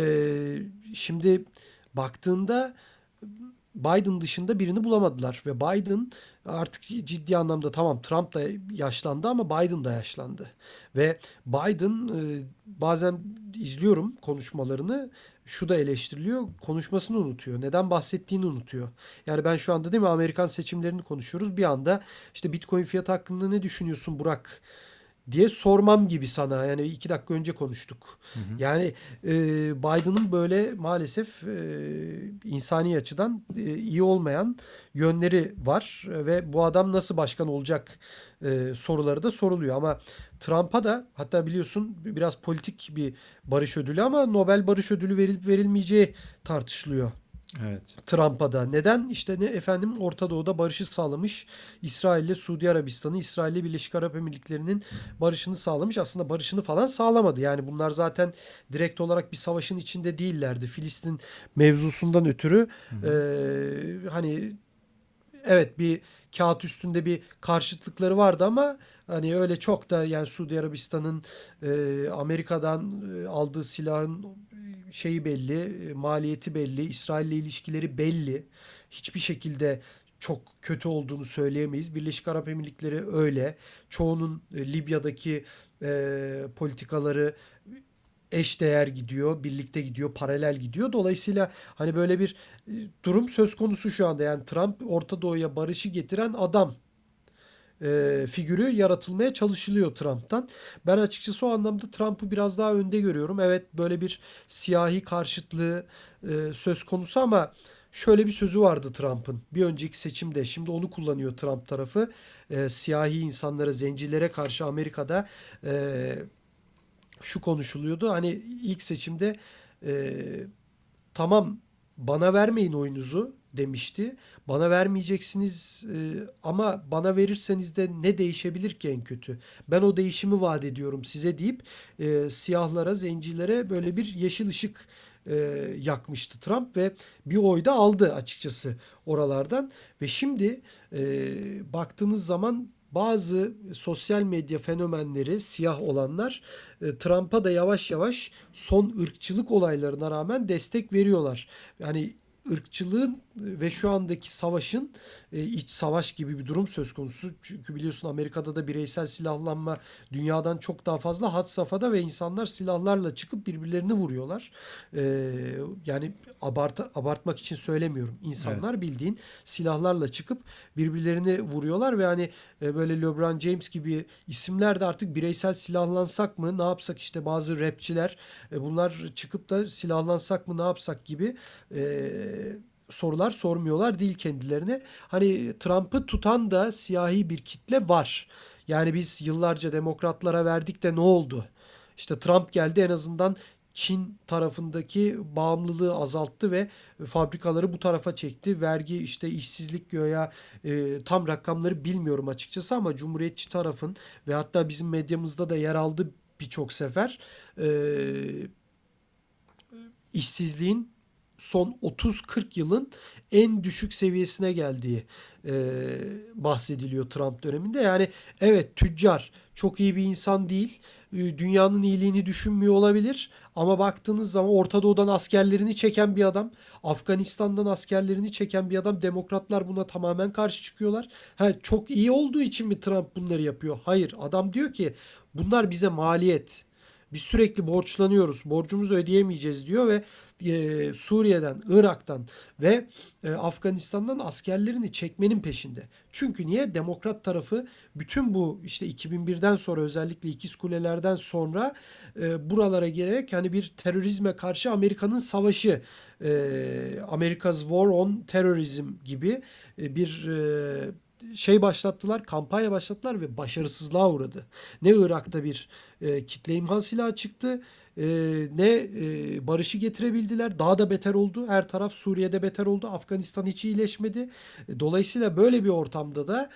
şimdi baktığında Biden dışında birini bulamadılar ve Biden artık ciddi anlamda, tamam Trump da yaşlandı ama Biden da yaşlandı. Ve Biden bazen izliyorum konuşmalarını, şu da eleştiriliyor, konuşmasını unutuyor. Neden bahsettiğini unutuyor. Yani ben şu anda değil mi Amerikan seçimlerini konuşuyoruz. Bir anda işte Bitcoin fiyatı hakkında ne düşünüyorsun Burak diye sormam gibi sana. Yani 2 dakika önce konuştuk. Hı hı. Yani Biden'ın böyle maalesef insani açıdan iyi olmayan yönleri var ve bu adam nasıl başkan olacak soruları da soruluyor. Ama Trump'a da, hatta biliyorsun, biraz politik bir barış ödülü ama Nobel Barış Ödülü verilip verilmeyeceği tartışılıyor. Evet. Trump'a da. Neden? İşte ne efendim, Orta Doğu'da barışı sağlamış. İsrail'le Suudi Arabistan'ı, İsrail'le Birleşik Arap Emirlikleri'nin barışını sağlamış. Aslında barışını falan sağlamadı. Yani bunlar zaten direkt olarak bir savaşın içinde değillerdi. Filistin mevzusundan ötürü Hı hı. hani evet, bir kağıt üstünde bir karşıtlıkları vardı ama hani öyle çok da, yani Suudi Arabistan'ın Amerika'dan aldığı silahın şeyi belli, maliyeti belli, İsrail'le ilişkileri belli. Hiçbir şekilde çok kötü olduğunu söyleyemeyiz. Birleşik Arap Emirlikleri öyle. Çoğunun Libya'daki politikaları eşdeğer gidiyor, birlikte gidiyor, paralel gidiyor. Dolayısıyla hani böyle bir durum söz konusu şu anda. Yani Trump Orta Doğu'ya barışı getiren adam figürü yaratılmaya çalışılıyor Trump'tan. Ben açıkçası o anlamda Trump'ı biraz daha önde görüyorum. Evet, böyle bir siyahi karşıtlığı söz konusu ama şöyle bir sözü vardı Trump'ın. Bir önceki seçimde, şimdi onu kullanıyor Trump tarafı. Siyahi insanlara, zencilere karşı Amerika'da şu konuşuluyordu. Hani ilk seçimde e, tamam, bana vermeyin oyunuzu demişti. Bana vermeyeceksiniz ama bana verirseniz de ne değişebilir ki en kötü? Ben o değişimi vaat ediyorum size deyip siyahlara, zencilere böyle bir yeşil ışık e, yakmıştı Trump ve bir oy da aldı açıkçası oralardan. Ve şimdi baktığınız zaman bazı sosyal medya fenomenleri, siyah olanlar Trump'a da yavaş yavaş son ırkçılık olaylarına rağmen destek veriyorlar. Yani ırkçılığın ve şu andaki savaşın iç savaş gibi bir durum söz konusu. Çünkü biliyorsun Amerika'da da bireysel silahlanma dünyadan çok daha fazla had safhada ve insanlar silahlarla çıkıp birbirlerini vuruyorlar. E, Yani abartmak için söylemiyorum. Evet. İnsanlar bildiğin silahlarla çıkıp birbirlerini vuruyorlar ve hani böyle LeBron James gibi isimler de artık bireysel silahlansak mı ne yapsak, işte bazı rapçiler bunlar çıkıp da silahlansak mı ne yapsak gibi sorular sormuyorlar değil kendilerine. Hani Trump'ı tutan da siyahi bir kitle var. Yani biz yıllarca demokratlara verdik de ne oldu? İşte Trump geldi, en azından Çin tarafındaki bağımlılığı azalttı ve fabrikaları bu tarafa çekti. Vergi, işte işsizlik göya tam rakamları bilmiyorum açıkçası ama Cumhuriyetçi tarafın ve hatta bizim medyamızda da yer aldı birçok sefer, e, işsizliğin son 30-40 yılın en düşük seviyesine geldiği bahsediliyor Trump döneminde. Yani evet, tüccar çok iyi bir insan değil. Dünyanın iyiliğini düşünmüyor olabilir. Ama baktığınız zaman Orta Doğu'dan askerlerini çeken bir adam, Afganistan'dan askerlerini çeken bir adam. Demokratlar buna tamamen karşı çıkıyorlar. Ha, çok iyi olduğu için mi Trump bunları yapıyor? Hayır. Adam diyor ki bunlar bize maliyet. Biz sürekli borçlanıyoruz. Borcumuzu ödeyemeyeceğiz diyor ve Suriye'den, Irak'tan ve Afganistan'dan askerlerini çekmenin peşinde. Çünkü niye? Demokrat tarafı bütün bu işte 2001'den sonra, özellikle İkiz Kuleler'den sonra buralara gelerek hani bir terörizme karşı Amerika'nın savaşı, America's War on Terrorism gibi bir şey başlattılar, kampanya başlattılar ve başarısızlığa uğradı. Ne Irak'ta bir kitle imha silahı çıktı, ne barışı getirebildiler. Daha da beter oldu. Her taraf Suriye'de beter oldu. Afganistan hiç iyileşmedi. Dolayısıyla böyle bir ortamda da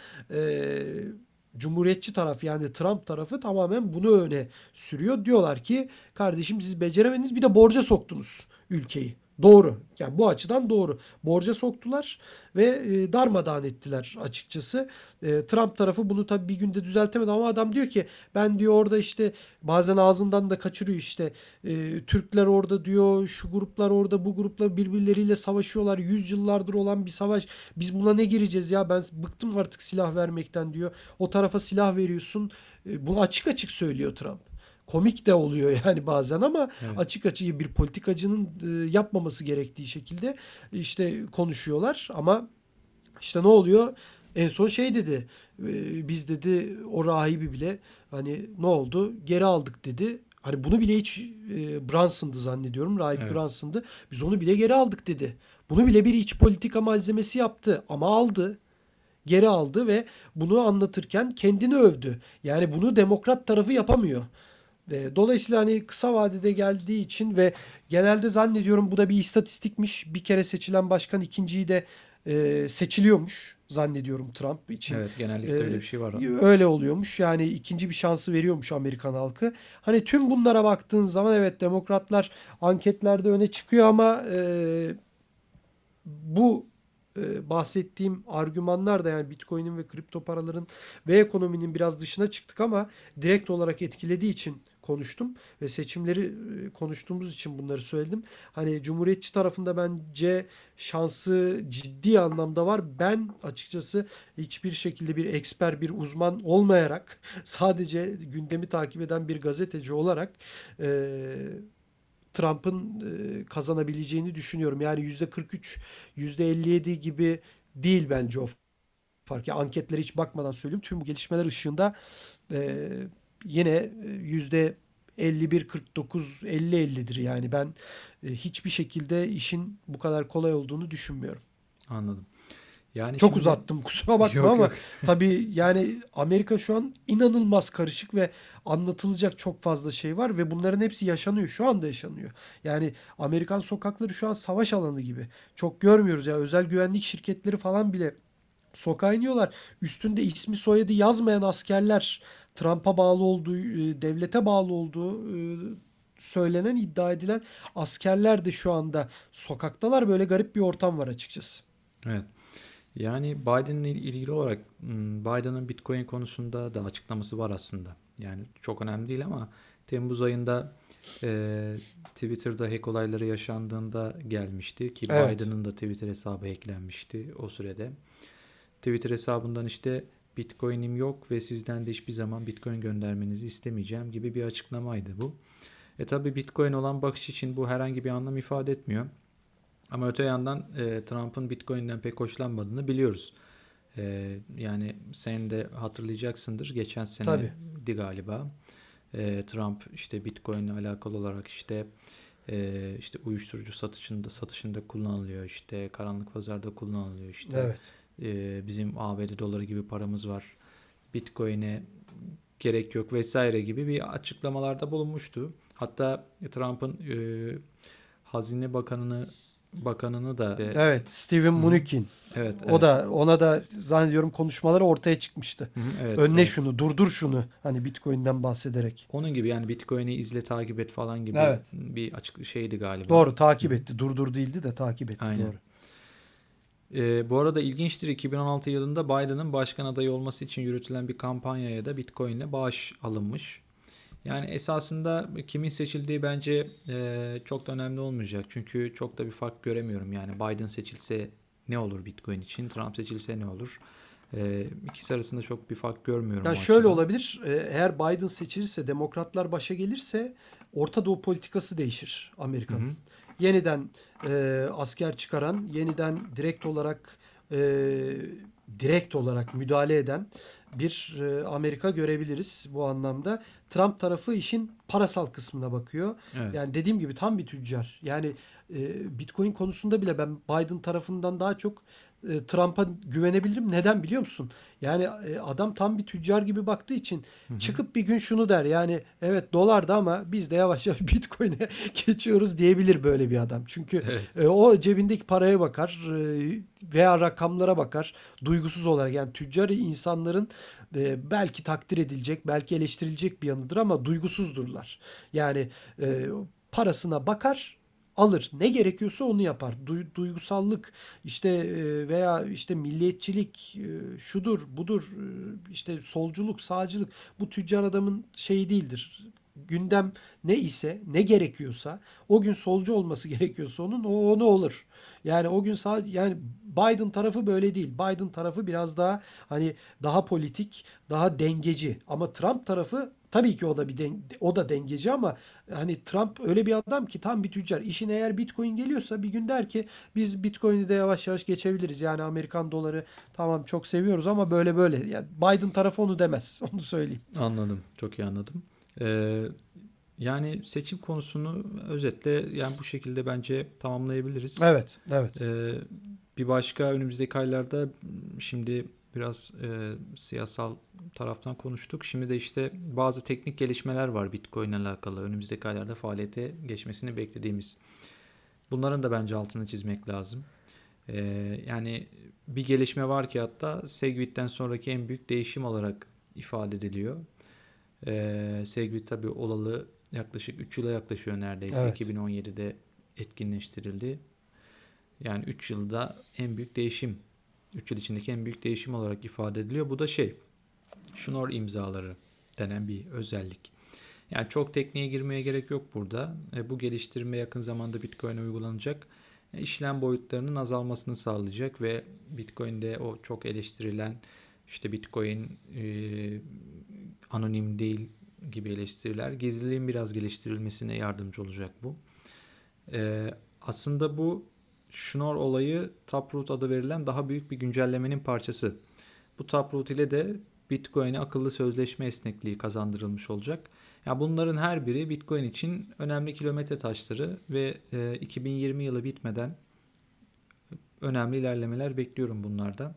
Cumhuriyetçi taraf, yani Trump tarafı tamamen bunu öne sürüyor. Diyorlar ki kardeşim siz beceremediniz, bir de borca soktunuz ülkeyi. Doğru. Yani bu açıdan doğru. Borca soktular ve darmadağın ettiler açıkçası. Trump tarafı bunu tabii bir günde düzeltemedi ama adam diyor ki ben diyor orada işte, bazen ağzından da kaçırıyor işte, Türkler orada diyor, şu gruplar orada, bu gruplar birbirleriyle savaşıyorlar. Yüzyıllardır olan bir savaş. Biz buna ne gireceğiz ya, ben bıktım artık silah vermekten diyor. O tarafa silah veriyorsun. Bunu açık açık söylüyor Trump. Komik de oluyor yani bazen ama Evet. açık açık bir politikacının yapmaması gerektiği şekilde işte konuşuyorlar ama işte ne oluyor? En son şey dedi. Biz dedi o rahibi bile hani ne oldu? Geri aldık dedi. Hani bunu bile hiç Brunson'dı zannediyorum. Rahip Evet. Brunson'dı. Biz onu bile geri aldık dedi. Bunu bile bir iç politika malzemesi yaptı ama aldı. Geri aldı ve bunu anlatırken kendini övdü. Yani bunu demokrat tarafı yapamıyor. Dolayısıyla hani kısa vadede geldiği için ve genelde zannediyorum bu da bir istatistikmiş. Bir kere seçilen başkan ikinciyi de seçiliyormuş zannediyorum Trump için. Evet. Genellikle öyle E, bir şey var. Öyle oluyormuş. Yani ikinci bir şansı veriyormuş Amerikan halkı. Hani tüm bunlara baktığın zaman evet, demokratlar anketlerde öne çıkıyor ama bu bahsettiğim argümanlar da, yani Bitcoin'in ve kripto paraların ve ekonominin biraz dışına çıktık ama direkt olarak etkilediği için konuştum ve seçimleri konuştuğumuz için bunları söyledim. Hani Cumhuriyetçi tarafında bence şansı ciddi anlamda var. Ben açıkçası hiçbir şekilde bir eksper, bir uzman olmayarak sadece gündemi takip eden bir gazeteci olarak Trump'ın kazanabileceğini düşünüyorum. Yani %43, %57 gibi değil bence o fark. Yani anketlere hiç bakmadan söyleyeyim. Tüm bu gelişmeler ışığında e, yine %51, 49, 50-50'dir. Yani ben hiçbir şekilde işin bu kadar kolay olduğunu düşünmüyorum. Anladım. Yani Çok şimdi uzattım kusura bakma yok ama yok. tabii yani Amerika şu an inanılmaz karışık ve anlatılacak çok fazla şey var ve bunların hepsi yaşanıyor. Şu anda yaşanıyor. Yani Amerikan sokakları şu an savaş alanı gibi. Çok görmüyoruz ya, özel güvenlik şirketleri falan bile sokağa iniyorlar. Üstünde ismi soyadı yazmayan askerler, Trump'a bağlı olduğu, devlete bağlı olduğu söylenen, iddia edilen askerler de şu anda sokaktalar. Böyle garip bir ortam var açıkçası. Evet. Yani Biden'la ilgili olarak Biden'ın Bitcoin konusunda da açıklaması var aslında. Yani çok önemli değil ama Temmuz ayında e, Twitter'da hack olayları yaşandığında gelmişti ki Evet. Biden'ın da Twitter hesabı hacklenmişti o sürede. Twitter hesabından işte Bitcoin'im yok ve sizden de hiçbir zaman Bitcoin göndermenizi istemeyeceğim gibi bir açıklamaydı bu. Tabii Bitcoin olan bakış için bu herhangi bir anlam ifade etmiyor. Ama öte yandan Trump'ın Bitcoin'den pek hoşlanmadığını biliyoruz. Yani sen de hatırlayacaksındır. Geçen Tabii. seneydi galiba. Trump işte Bitcoin ile alakalı olarak işte uyuşturucu satışında kullanılıyor, işte karanlık pazarda kullanılıyor, işte Evet. bizim ABD doları gibi paramız var, Bitcoin'e gerek yok vesaire gibi bir açıklamalarda bulunmuştu. Hatta Trump'ın Hazine Bakanını da Evet. Steven hı hı, Mnuchin. evet O evet. da ona da zannediyorum konuşmaları ortaya çıkmıştı. Hı hı, evet Önle evet. şunu, durdur şunu. Hani Bitcoin'den bahsederek. Onun gibi yani Bitcoin'i izle takip et falan gibi Evet. bir açık şeydi galiba. Doğru, Hı takip hı, etti. Durdur değildi de takip etti. aynen. Doğru. Bu arada ilginçtir, 2016 yılında Biden'ın başkan adayı olması için yürütülen bir kampanyaya da Bitcoin'le bağış alınmış. Yani esasında kimin seçildiği bence çok da önemli olmayacak. Çünkü çok da bir fark göremiyorum. Yani Biden seçilse ne olur Bitcoin için, Trump seçilse ne olur? İkisi arasında çok bir fark görmüyorum Yani o şöyle açıdan. olabilir. Eğer Biden seçilirse, demokratlar başa gelirse Orta Doğu politikası değişir Hı Amerika'nın. hı. Yeniden asker çıkaran, yeniden e, direkt olarak müdahale eden bir Amerika görebiliriz bu anlamda. Trump tarafı işin parasal kısmına bakıyor. Evet. Yani dediğim gibi tam bir tüccar. Yani Bitcoin konusunda bile ben Biden tarafından daha çok Trump'a güvenebilirim. Neden biliyor musun? Yani adam tam bir tüccar gibi baktığı için Hı hı. çıkıp bir gün şunu der. Yani evet dolardı ama biz de yavaş yavaş Bitcoin'e geçiyoruz diyebilir böyle bir adam. Çünkü Evet. o cebindeki paraya bakar veya rakamlara bakar. Duygusuz olarak yani tüccar insanların belki takdir edilecek, belki eleştirilecek bir yanıdır ama duygusuzdurlar. Yani e, parasına bakar, alır. Ne gerekiyorsa onu yapar. Duygusallık işte veya işte milliyetçilik şudur, budur, işte solculuk, sağcılık bu tüccar adamın şeyi değildir. Gündem ne ise, ne gerekiyorsa, o gün solcu olması gerekiyorsa onun o onu olur. Yani o gün yani Biden tarafı böyle değil. Biden tarafı biraz daha hani daha politik, daha dengeci. Ama Trump tarafı tabii ki o da dengeci ama hani Trump öyle bir adam ki tam bir tüccar. İşin eğer Bitcoin geliyorsa bir gün der ki biz Bitcoin'i de yavaş yavaş geçebiliriz. Yani Amerikan doları tamam çok seviyoruz ama böyle böyle. Yani Biden tarafı onu demez. Onu söyleyeyim. Anladım. Çok iyi anladım. Ee, Yani seçim konusunu özetle yani bu şekilde bence tamamlayabiliriz. Evet, evet. Ee, Bir başka önümüzdeki aylarda şimdi biraz siyasal taraftan konuştuk. Şimdi de işte bazı teknik gelişmeler var Bitcoin ile alakalı. Önümüzdeki aylarda faaliyete geçmesini beklediğimiz. Bunların da bence altını çizmek lazım. Yani bir gelişme var ki hatta Segwit'ten sonraki en büyük değişim olarak ifade ediliyor. Segwit tabii olalı yaklaşık 3 yıla yaklaşıyor neredeyse. Evet. 2017'de etkinleştirildi. Yani 3 yılda en büyük değişim, 3 yıl içindeki en büyük değişim olarak ifade ediliyor. Bu da Schnorr imzaları denen bir özellik. Yani çok tekniğe girmeye gerek yok burada. Bu geliştirme yakın zamanda Bitcoin'e uygulanacak. İşlem boyutlarının azalmasını sağlayacak ve Bitcoin'de o çok eleştirilen işte Bitcoin anonim değil gibi eleştiriler, gizliliğin biraz geliştirilmesine yardımcı olacak bu. Aslında bu Schnorr olayı Taproot adı verilen daha büyük bir güncellemenin parçası. Bu Taproot ile de Bitcoin'e akıllı sözleşme esnekliği kazandırılmış olacak. Ya bunların her biri Bitcoin için önemli kilometre taşları ve 2020 yılı bitmeden önemli ilerlemeler bekliyorum bunlardan.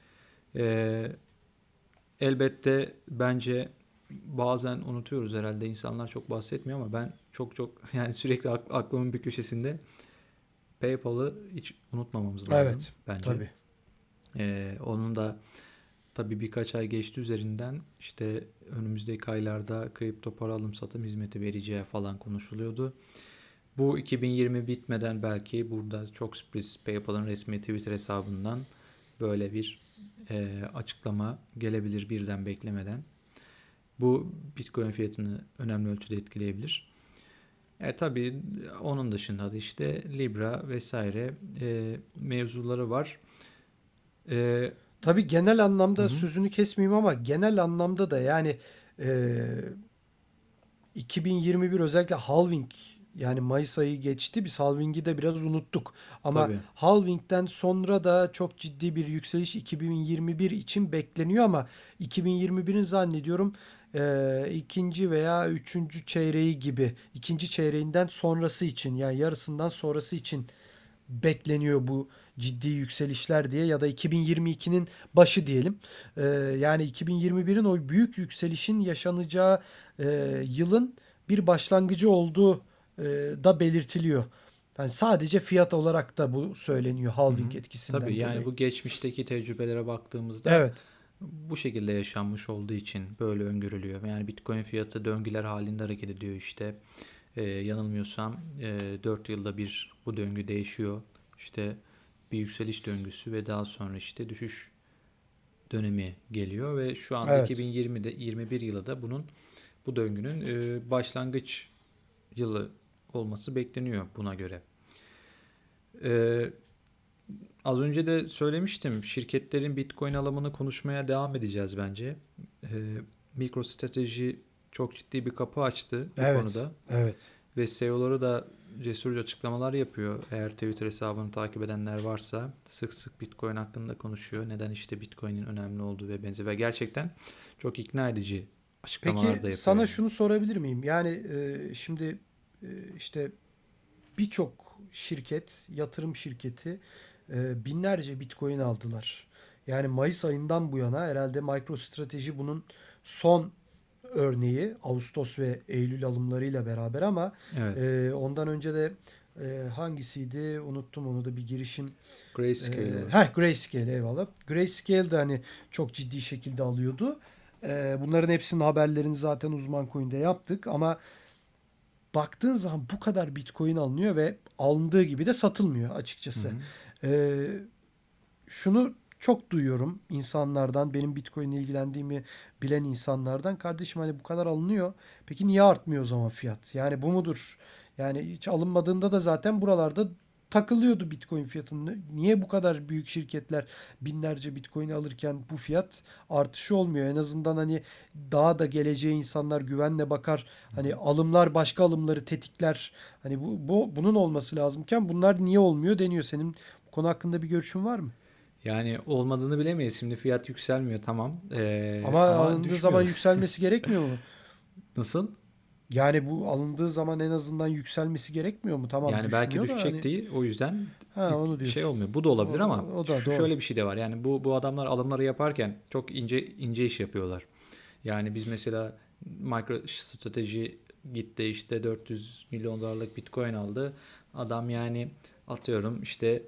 E, Elbette bence bazen unutuyoruz herhalde, insanlar çok bahsetmiyor ama ben çok yani sürekli aklımın bir köşesinde PayPal'ı hiç unutmamamız lazım Evet. bence. Tabii. Onun da tabii birkaç ay geçti üzerinden, işte önümüzdeki aylarda kripto para alım satım hizmeti vereceği falan konuşuluyordu. Bu 2020 bitmeden belki burada çok sürpriz PayPal'ın resmi Twitter hesabından böyle bir açıklama gelebilir birden beklemeden. Bu Bitcoin fiyatını önemli ölçüde etkileyebilir. Tabii onun dışında da işte Libra vesaire mevzuları var. E, Tabii genel hı anlamda hı, sözünü kesmeyeyim ama genel anlamda da yani e, 2021 özellikle halving, yani Mayıs ayı geçti. Biz halving'i de biraz unuttuk. Ama tabii. halving'den sonra da çok ciddi bir yükseliş 2021 için bekleniyor ama 2021'in zannediyorum ikinci veya üçüncü çeyreği gibi, ikinci çeyreğinden sonrası için, yani yarısından sonrası için bekleniyor bu ciddi yükselişler diye, ya da 2022'nin başı diyelim. Yani 2021'in o büyük yükselişin yaşanacağı yılın bir başlangıcı olduğu da belirtiliyor. Yani sadece fiyat olarak da bu söyleniyor Hı hı. halving Tabii etkisinden yani dolayı. bu geçmişteki tecrübelere baktığımızda Evet. bu şekilde yaşanmış olduğu için böyle öngörülüyor. Yani Bitcoin fiyatı döngüler halinde hareket ediyor işte. Yanılmıyorsam 4 yılda bir bu döngü değişiyor. İşte bir yükseliş döngüsü ve daha sonra işte düşüş dönemi geliyor ve şu anda Evet. 2020'de 21 yılı da bu döngünün başlangıç yılı olması bekleniyor buna göre. E, Az önce de söylemiştim, şirketlerin Bitcoin alımını konuşmaya devam edeceğiz bence. E, MicroStrategy çok ciddi bir kapı açtı bu Evet. konuda. Evet. Ve CEO'ları da cesur açıklamalar yapıyor. Eğer Twitter hesabını takip edenler varsa sık sık Bitcoin hakkında konuşuyor. Neden işte Bitcoin'in önemli olduğu ve benzeri. Ve gerçekten çok ikna edici açıklamalar Peki da yapıyor sana yani. şunu sorabilir miyim? Yani şimdi işte birçok şirket, yatırım şirketi binlerce Bitcoin aldılar. Yani Mayıs ayından bu yana herhalde MicroStrateji bunun son örneği, Ağustos ve Eylül alımlarıyla beraber, ama Evet. ondan önce de hangisiydi? Unuttum onu da, bir girişim. Grayscale var. Grayscale, eyvallah. Grayscale de hani çok ciddi şekilde alıyordu. Bunların hepsinin haberlerini zaten Uzman Coin'de yaptık ama baktığın zaman bu kadar Bitcoin alınıyor ve alındığı gibi de satılmıyor Hı açıkçası. hı. Ee, Şunu çok duyuyorum insanlardan, benim Bitcoin ile ilgilendiğimi bilen insanlardan. Kardeşim, hani bu kadar alınıyor. Peki niye artmıyor o zaman fiyat? Yani bu mudur? Yani hiç alınmadığında da zaten buralarda takılıyordu Bitcoin fiyatının. Niye bu kadar büyük şirketler binlerce Bitcoin alırken bu fiyat artışı olmuyor? En azından hani daha da geleceğe insanlar güvenle bakar. Hani alımlar başka alımları tetikler. Hani bunun olması lazımken bunlar niye olmuyor deniyor. Senin bu konu hakkında bir görüşün var mı? Yani olmadığını bilemeyiz. Şimdi fiyat yükselmiyor tamam. Ama Ama alındığı zaman düşmüyor. yükselmesi gerekmiyor mu? Nasıl? Yani bu alındığı zaman en azından yükselmesi gerekmiyor mu? Tamam, Yani belki düşmüyor da düşecek hani, değil. O yüzden ha, onu şey diyorsun. olmuyor. Bu da O, olabilir ama o da doğru. şöyle bir şey de var. Yani bu adamlar alımları yaparken çok ince iş yapıyorlar. Yani biz mesela MicroStrategy gitti işte 400 milyon dolarlık Bitcoin aldı. Adam yani atıyorum işte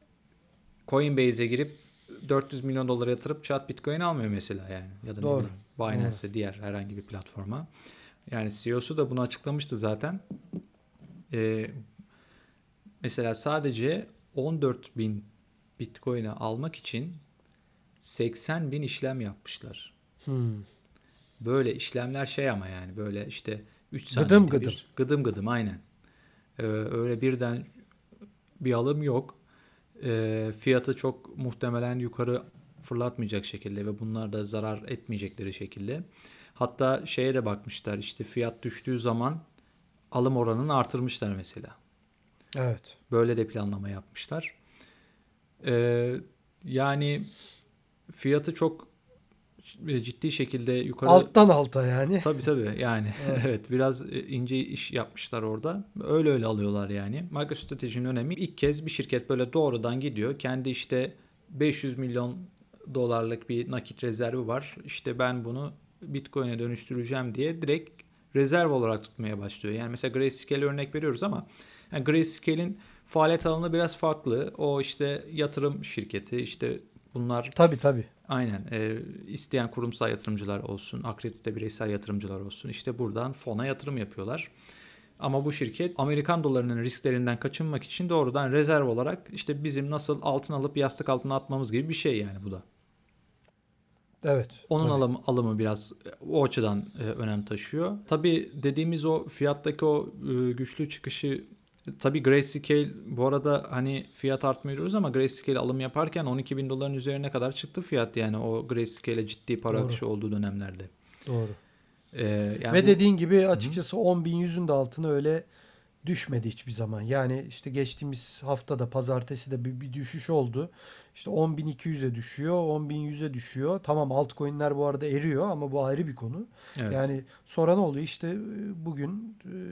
Coinbase'e girip 400 milyon dolara yatırıp çat Bitcoin almıyor mesela yani. Ya da ne Doğru. bileyim Doğru. Binance'e, diğer herhangi bir platforma. Yani CEO'su da bunu açıklamıştı zaten. Ee, Mesela sadece 14 bin Bitcoin'i almak için 80 bin işlem yapmışlar. Hmm. Böyle işlemler şey ama yani böyle işte 3 Gıdım saniyede gıdım. bir gıdım gıdım aynen. Öyle birden bir alım yok. Fiyatı çok muhtemelen yukarı fırlatmayacak şekilde ve bunlar da zarar etmeyecekleri şekilde. Hatta şeye de bakmışlar işte fiyat düştüğü zaman alım oranını artırmışlar mesela. Evet. Böyle de planlama yapmışlar. Ee, Yani fiyatı çok ciddi şekilde yukarı. Alttan alta yani. Tabii tabii yani Evet. evet biraz ince iş yapmışlar orada. Öyle alıyorlar yani. MicroStrategy'nin önemi ilk kez bir şirket böyle doğrudan gidiyor. Kendi işte 500 milyon dolarlık bir nakit rezervi var. İşte ben bunu Bitcoin'e dönüştüreceğim diye direkt rezerv olarak tutmaya başlıyor. Yani mesela Grayscale örnek veriyoruz ama yani Grayscale'in faaliyet alanı biraz farklı. O işte yatırım şirketi işte bunlar. Tabii tabii. Aynen. İsteyen kurumsal yatırımcılar olsun, akredite bireysel yatırımcılar olsun. İşte buradan fona yatırım yapıyorlar. Ama bu şirket Amerikan dolarının risklerinden kaçınmak için doğrudan rezerv olarak işte bizim nasıl altın alıp yastık altına atmamız gibi bir şey yani bu da. Evet, Onun tabii. alımı biraz o açıdan önem taşıyor. Tabii dediğimiz o fiyattaki o güçlü çıkışı, tabii Grayscale bu arada hani fiyat artmıyoruz ama Grayscale alım yaparken 12 bin doların üzerine kadar çıktı fiyat, yani o Grayscale'e ciddi para Doğru. akışı olduğu dönemlerde. Doğru. Yani Ve bu. dediğin gibi Hı hı. açıkçası 10.100'ün de altına öyle düşmedi hiçbir zaman. Yani işte geçtiğimiz haftada pazartesi de bir düşüş oldu. İşte 10.200'e düşüyor, 10.100'e düşüyor. Tamam, altcoin'ler bu arada eriyor ama bu ayrı bir konu. Evet. Yani sonra ne oluyor? İşte bugün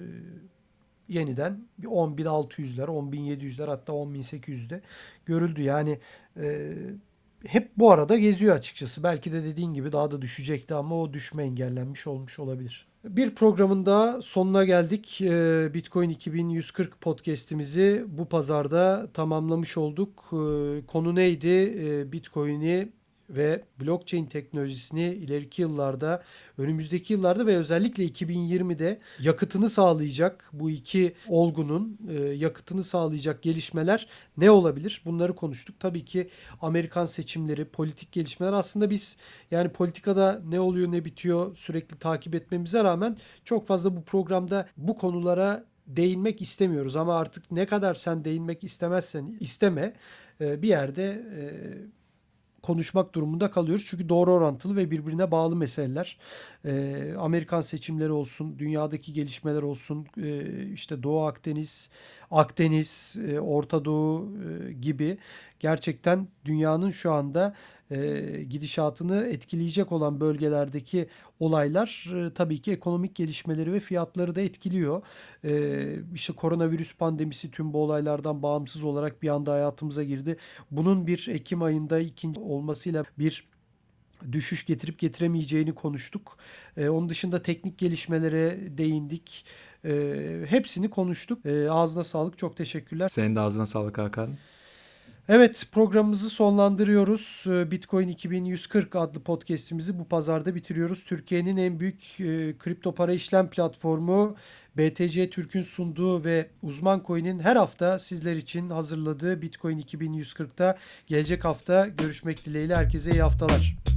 yeniden bir 10.600'ler, 10.700'ler, hatta 10.800'de görüldü. Yani e, hep bu arada geziyor açıkçası. Belki de dediğin gibi daha da düşecekti ama o düşme engellenmiş olmuş olabilir. Bir programın daha sonuna geldik. Bitcoin 2140 podcast'imizi bu pazarda tamamlamış olduk. Konu neydi? Bitcoin'i ve blockchain teknolojisini ileriki yıllarda, önümüzdeki yıllarda ve özellikle 2020'de yakıtını sağlayacak, bu iki olgunun yakıtını sağlayacak gelişmeler ne olabilir? Bunları konuştuk. Tabii ki Amerikan seçimleri, politik gelişmeler, aslında biz yani politikada ne oluyor ne bitiyor sürekli takip etmemize rağmen çok fazla bu programda bu konulara değinmek istemiyoruz. Ama artık ne kadar sen değinmek istemezsen isteme, bir yerde konuşmak durumunda kalıyoruz. Çünkü doğru orantılı ve birbirine bağlı meseleler. Amerikan seçimleri olsun, dünyadaki gelişmeler olsun, işte Doğu Akdeniz, Akdeniz, Orta Doğu gibi gerçekten dünyanın şu anda gidişatını etkileyecek olan bölgelerdeki olaylar tabii ki ekonomik gelişmeleri ve fiyatları da etkiliyor. İşte koronavirüs pandemisi tüm bu olaylardan bağımsız olarak bir anda hayatımıza girdi. Bunun bir Ekim ayında ikinci olmasıyla bir düşüş getirip getiremeyeceğini konuştuk. Onun dışında teknik gelişmelere değindik. Hepsini konuştuk. Ağzına sağlık. Çok teşekkürler. Senin de ağzına sağlık Hakan. Evet, programımızı sonlandırıyoruz. Bitcoin 2140 adlı podcast'imizi bu pazarda bitiriyoruz. Türkiye'nin en büyük kripto para işlem platformu BTC Türk'ün sunduğu ve Uzman Coin'in her hafta sizler için hazırladığı Bitcoin 2140'ta gelecek hafta görüşmek dileğiyle herkese iyi haftalar.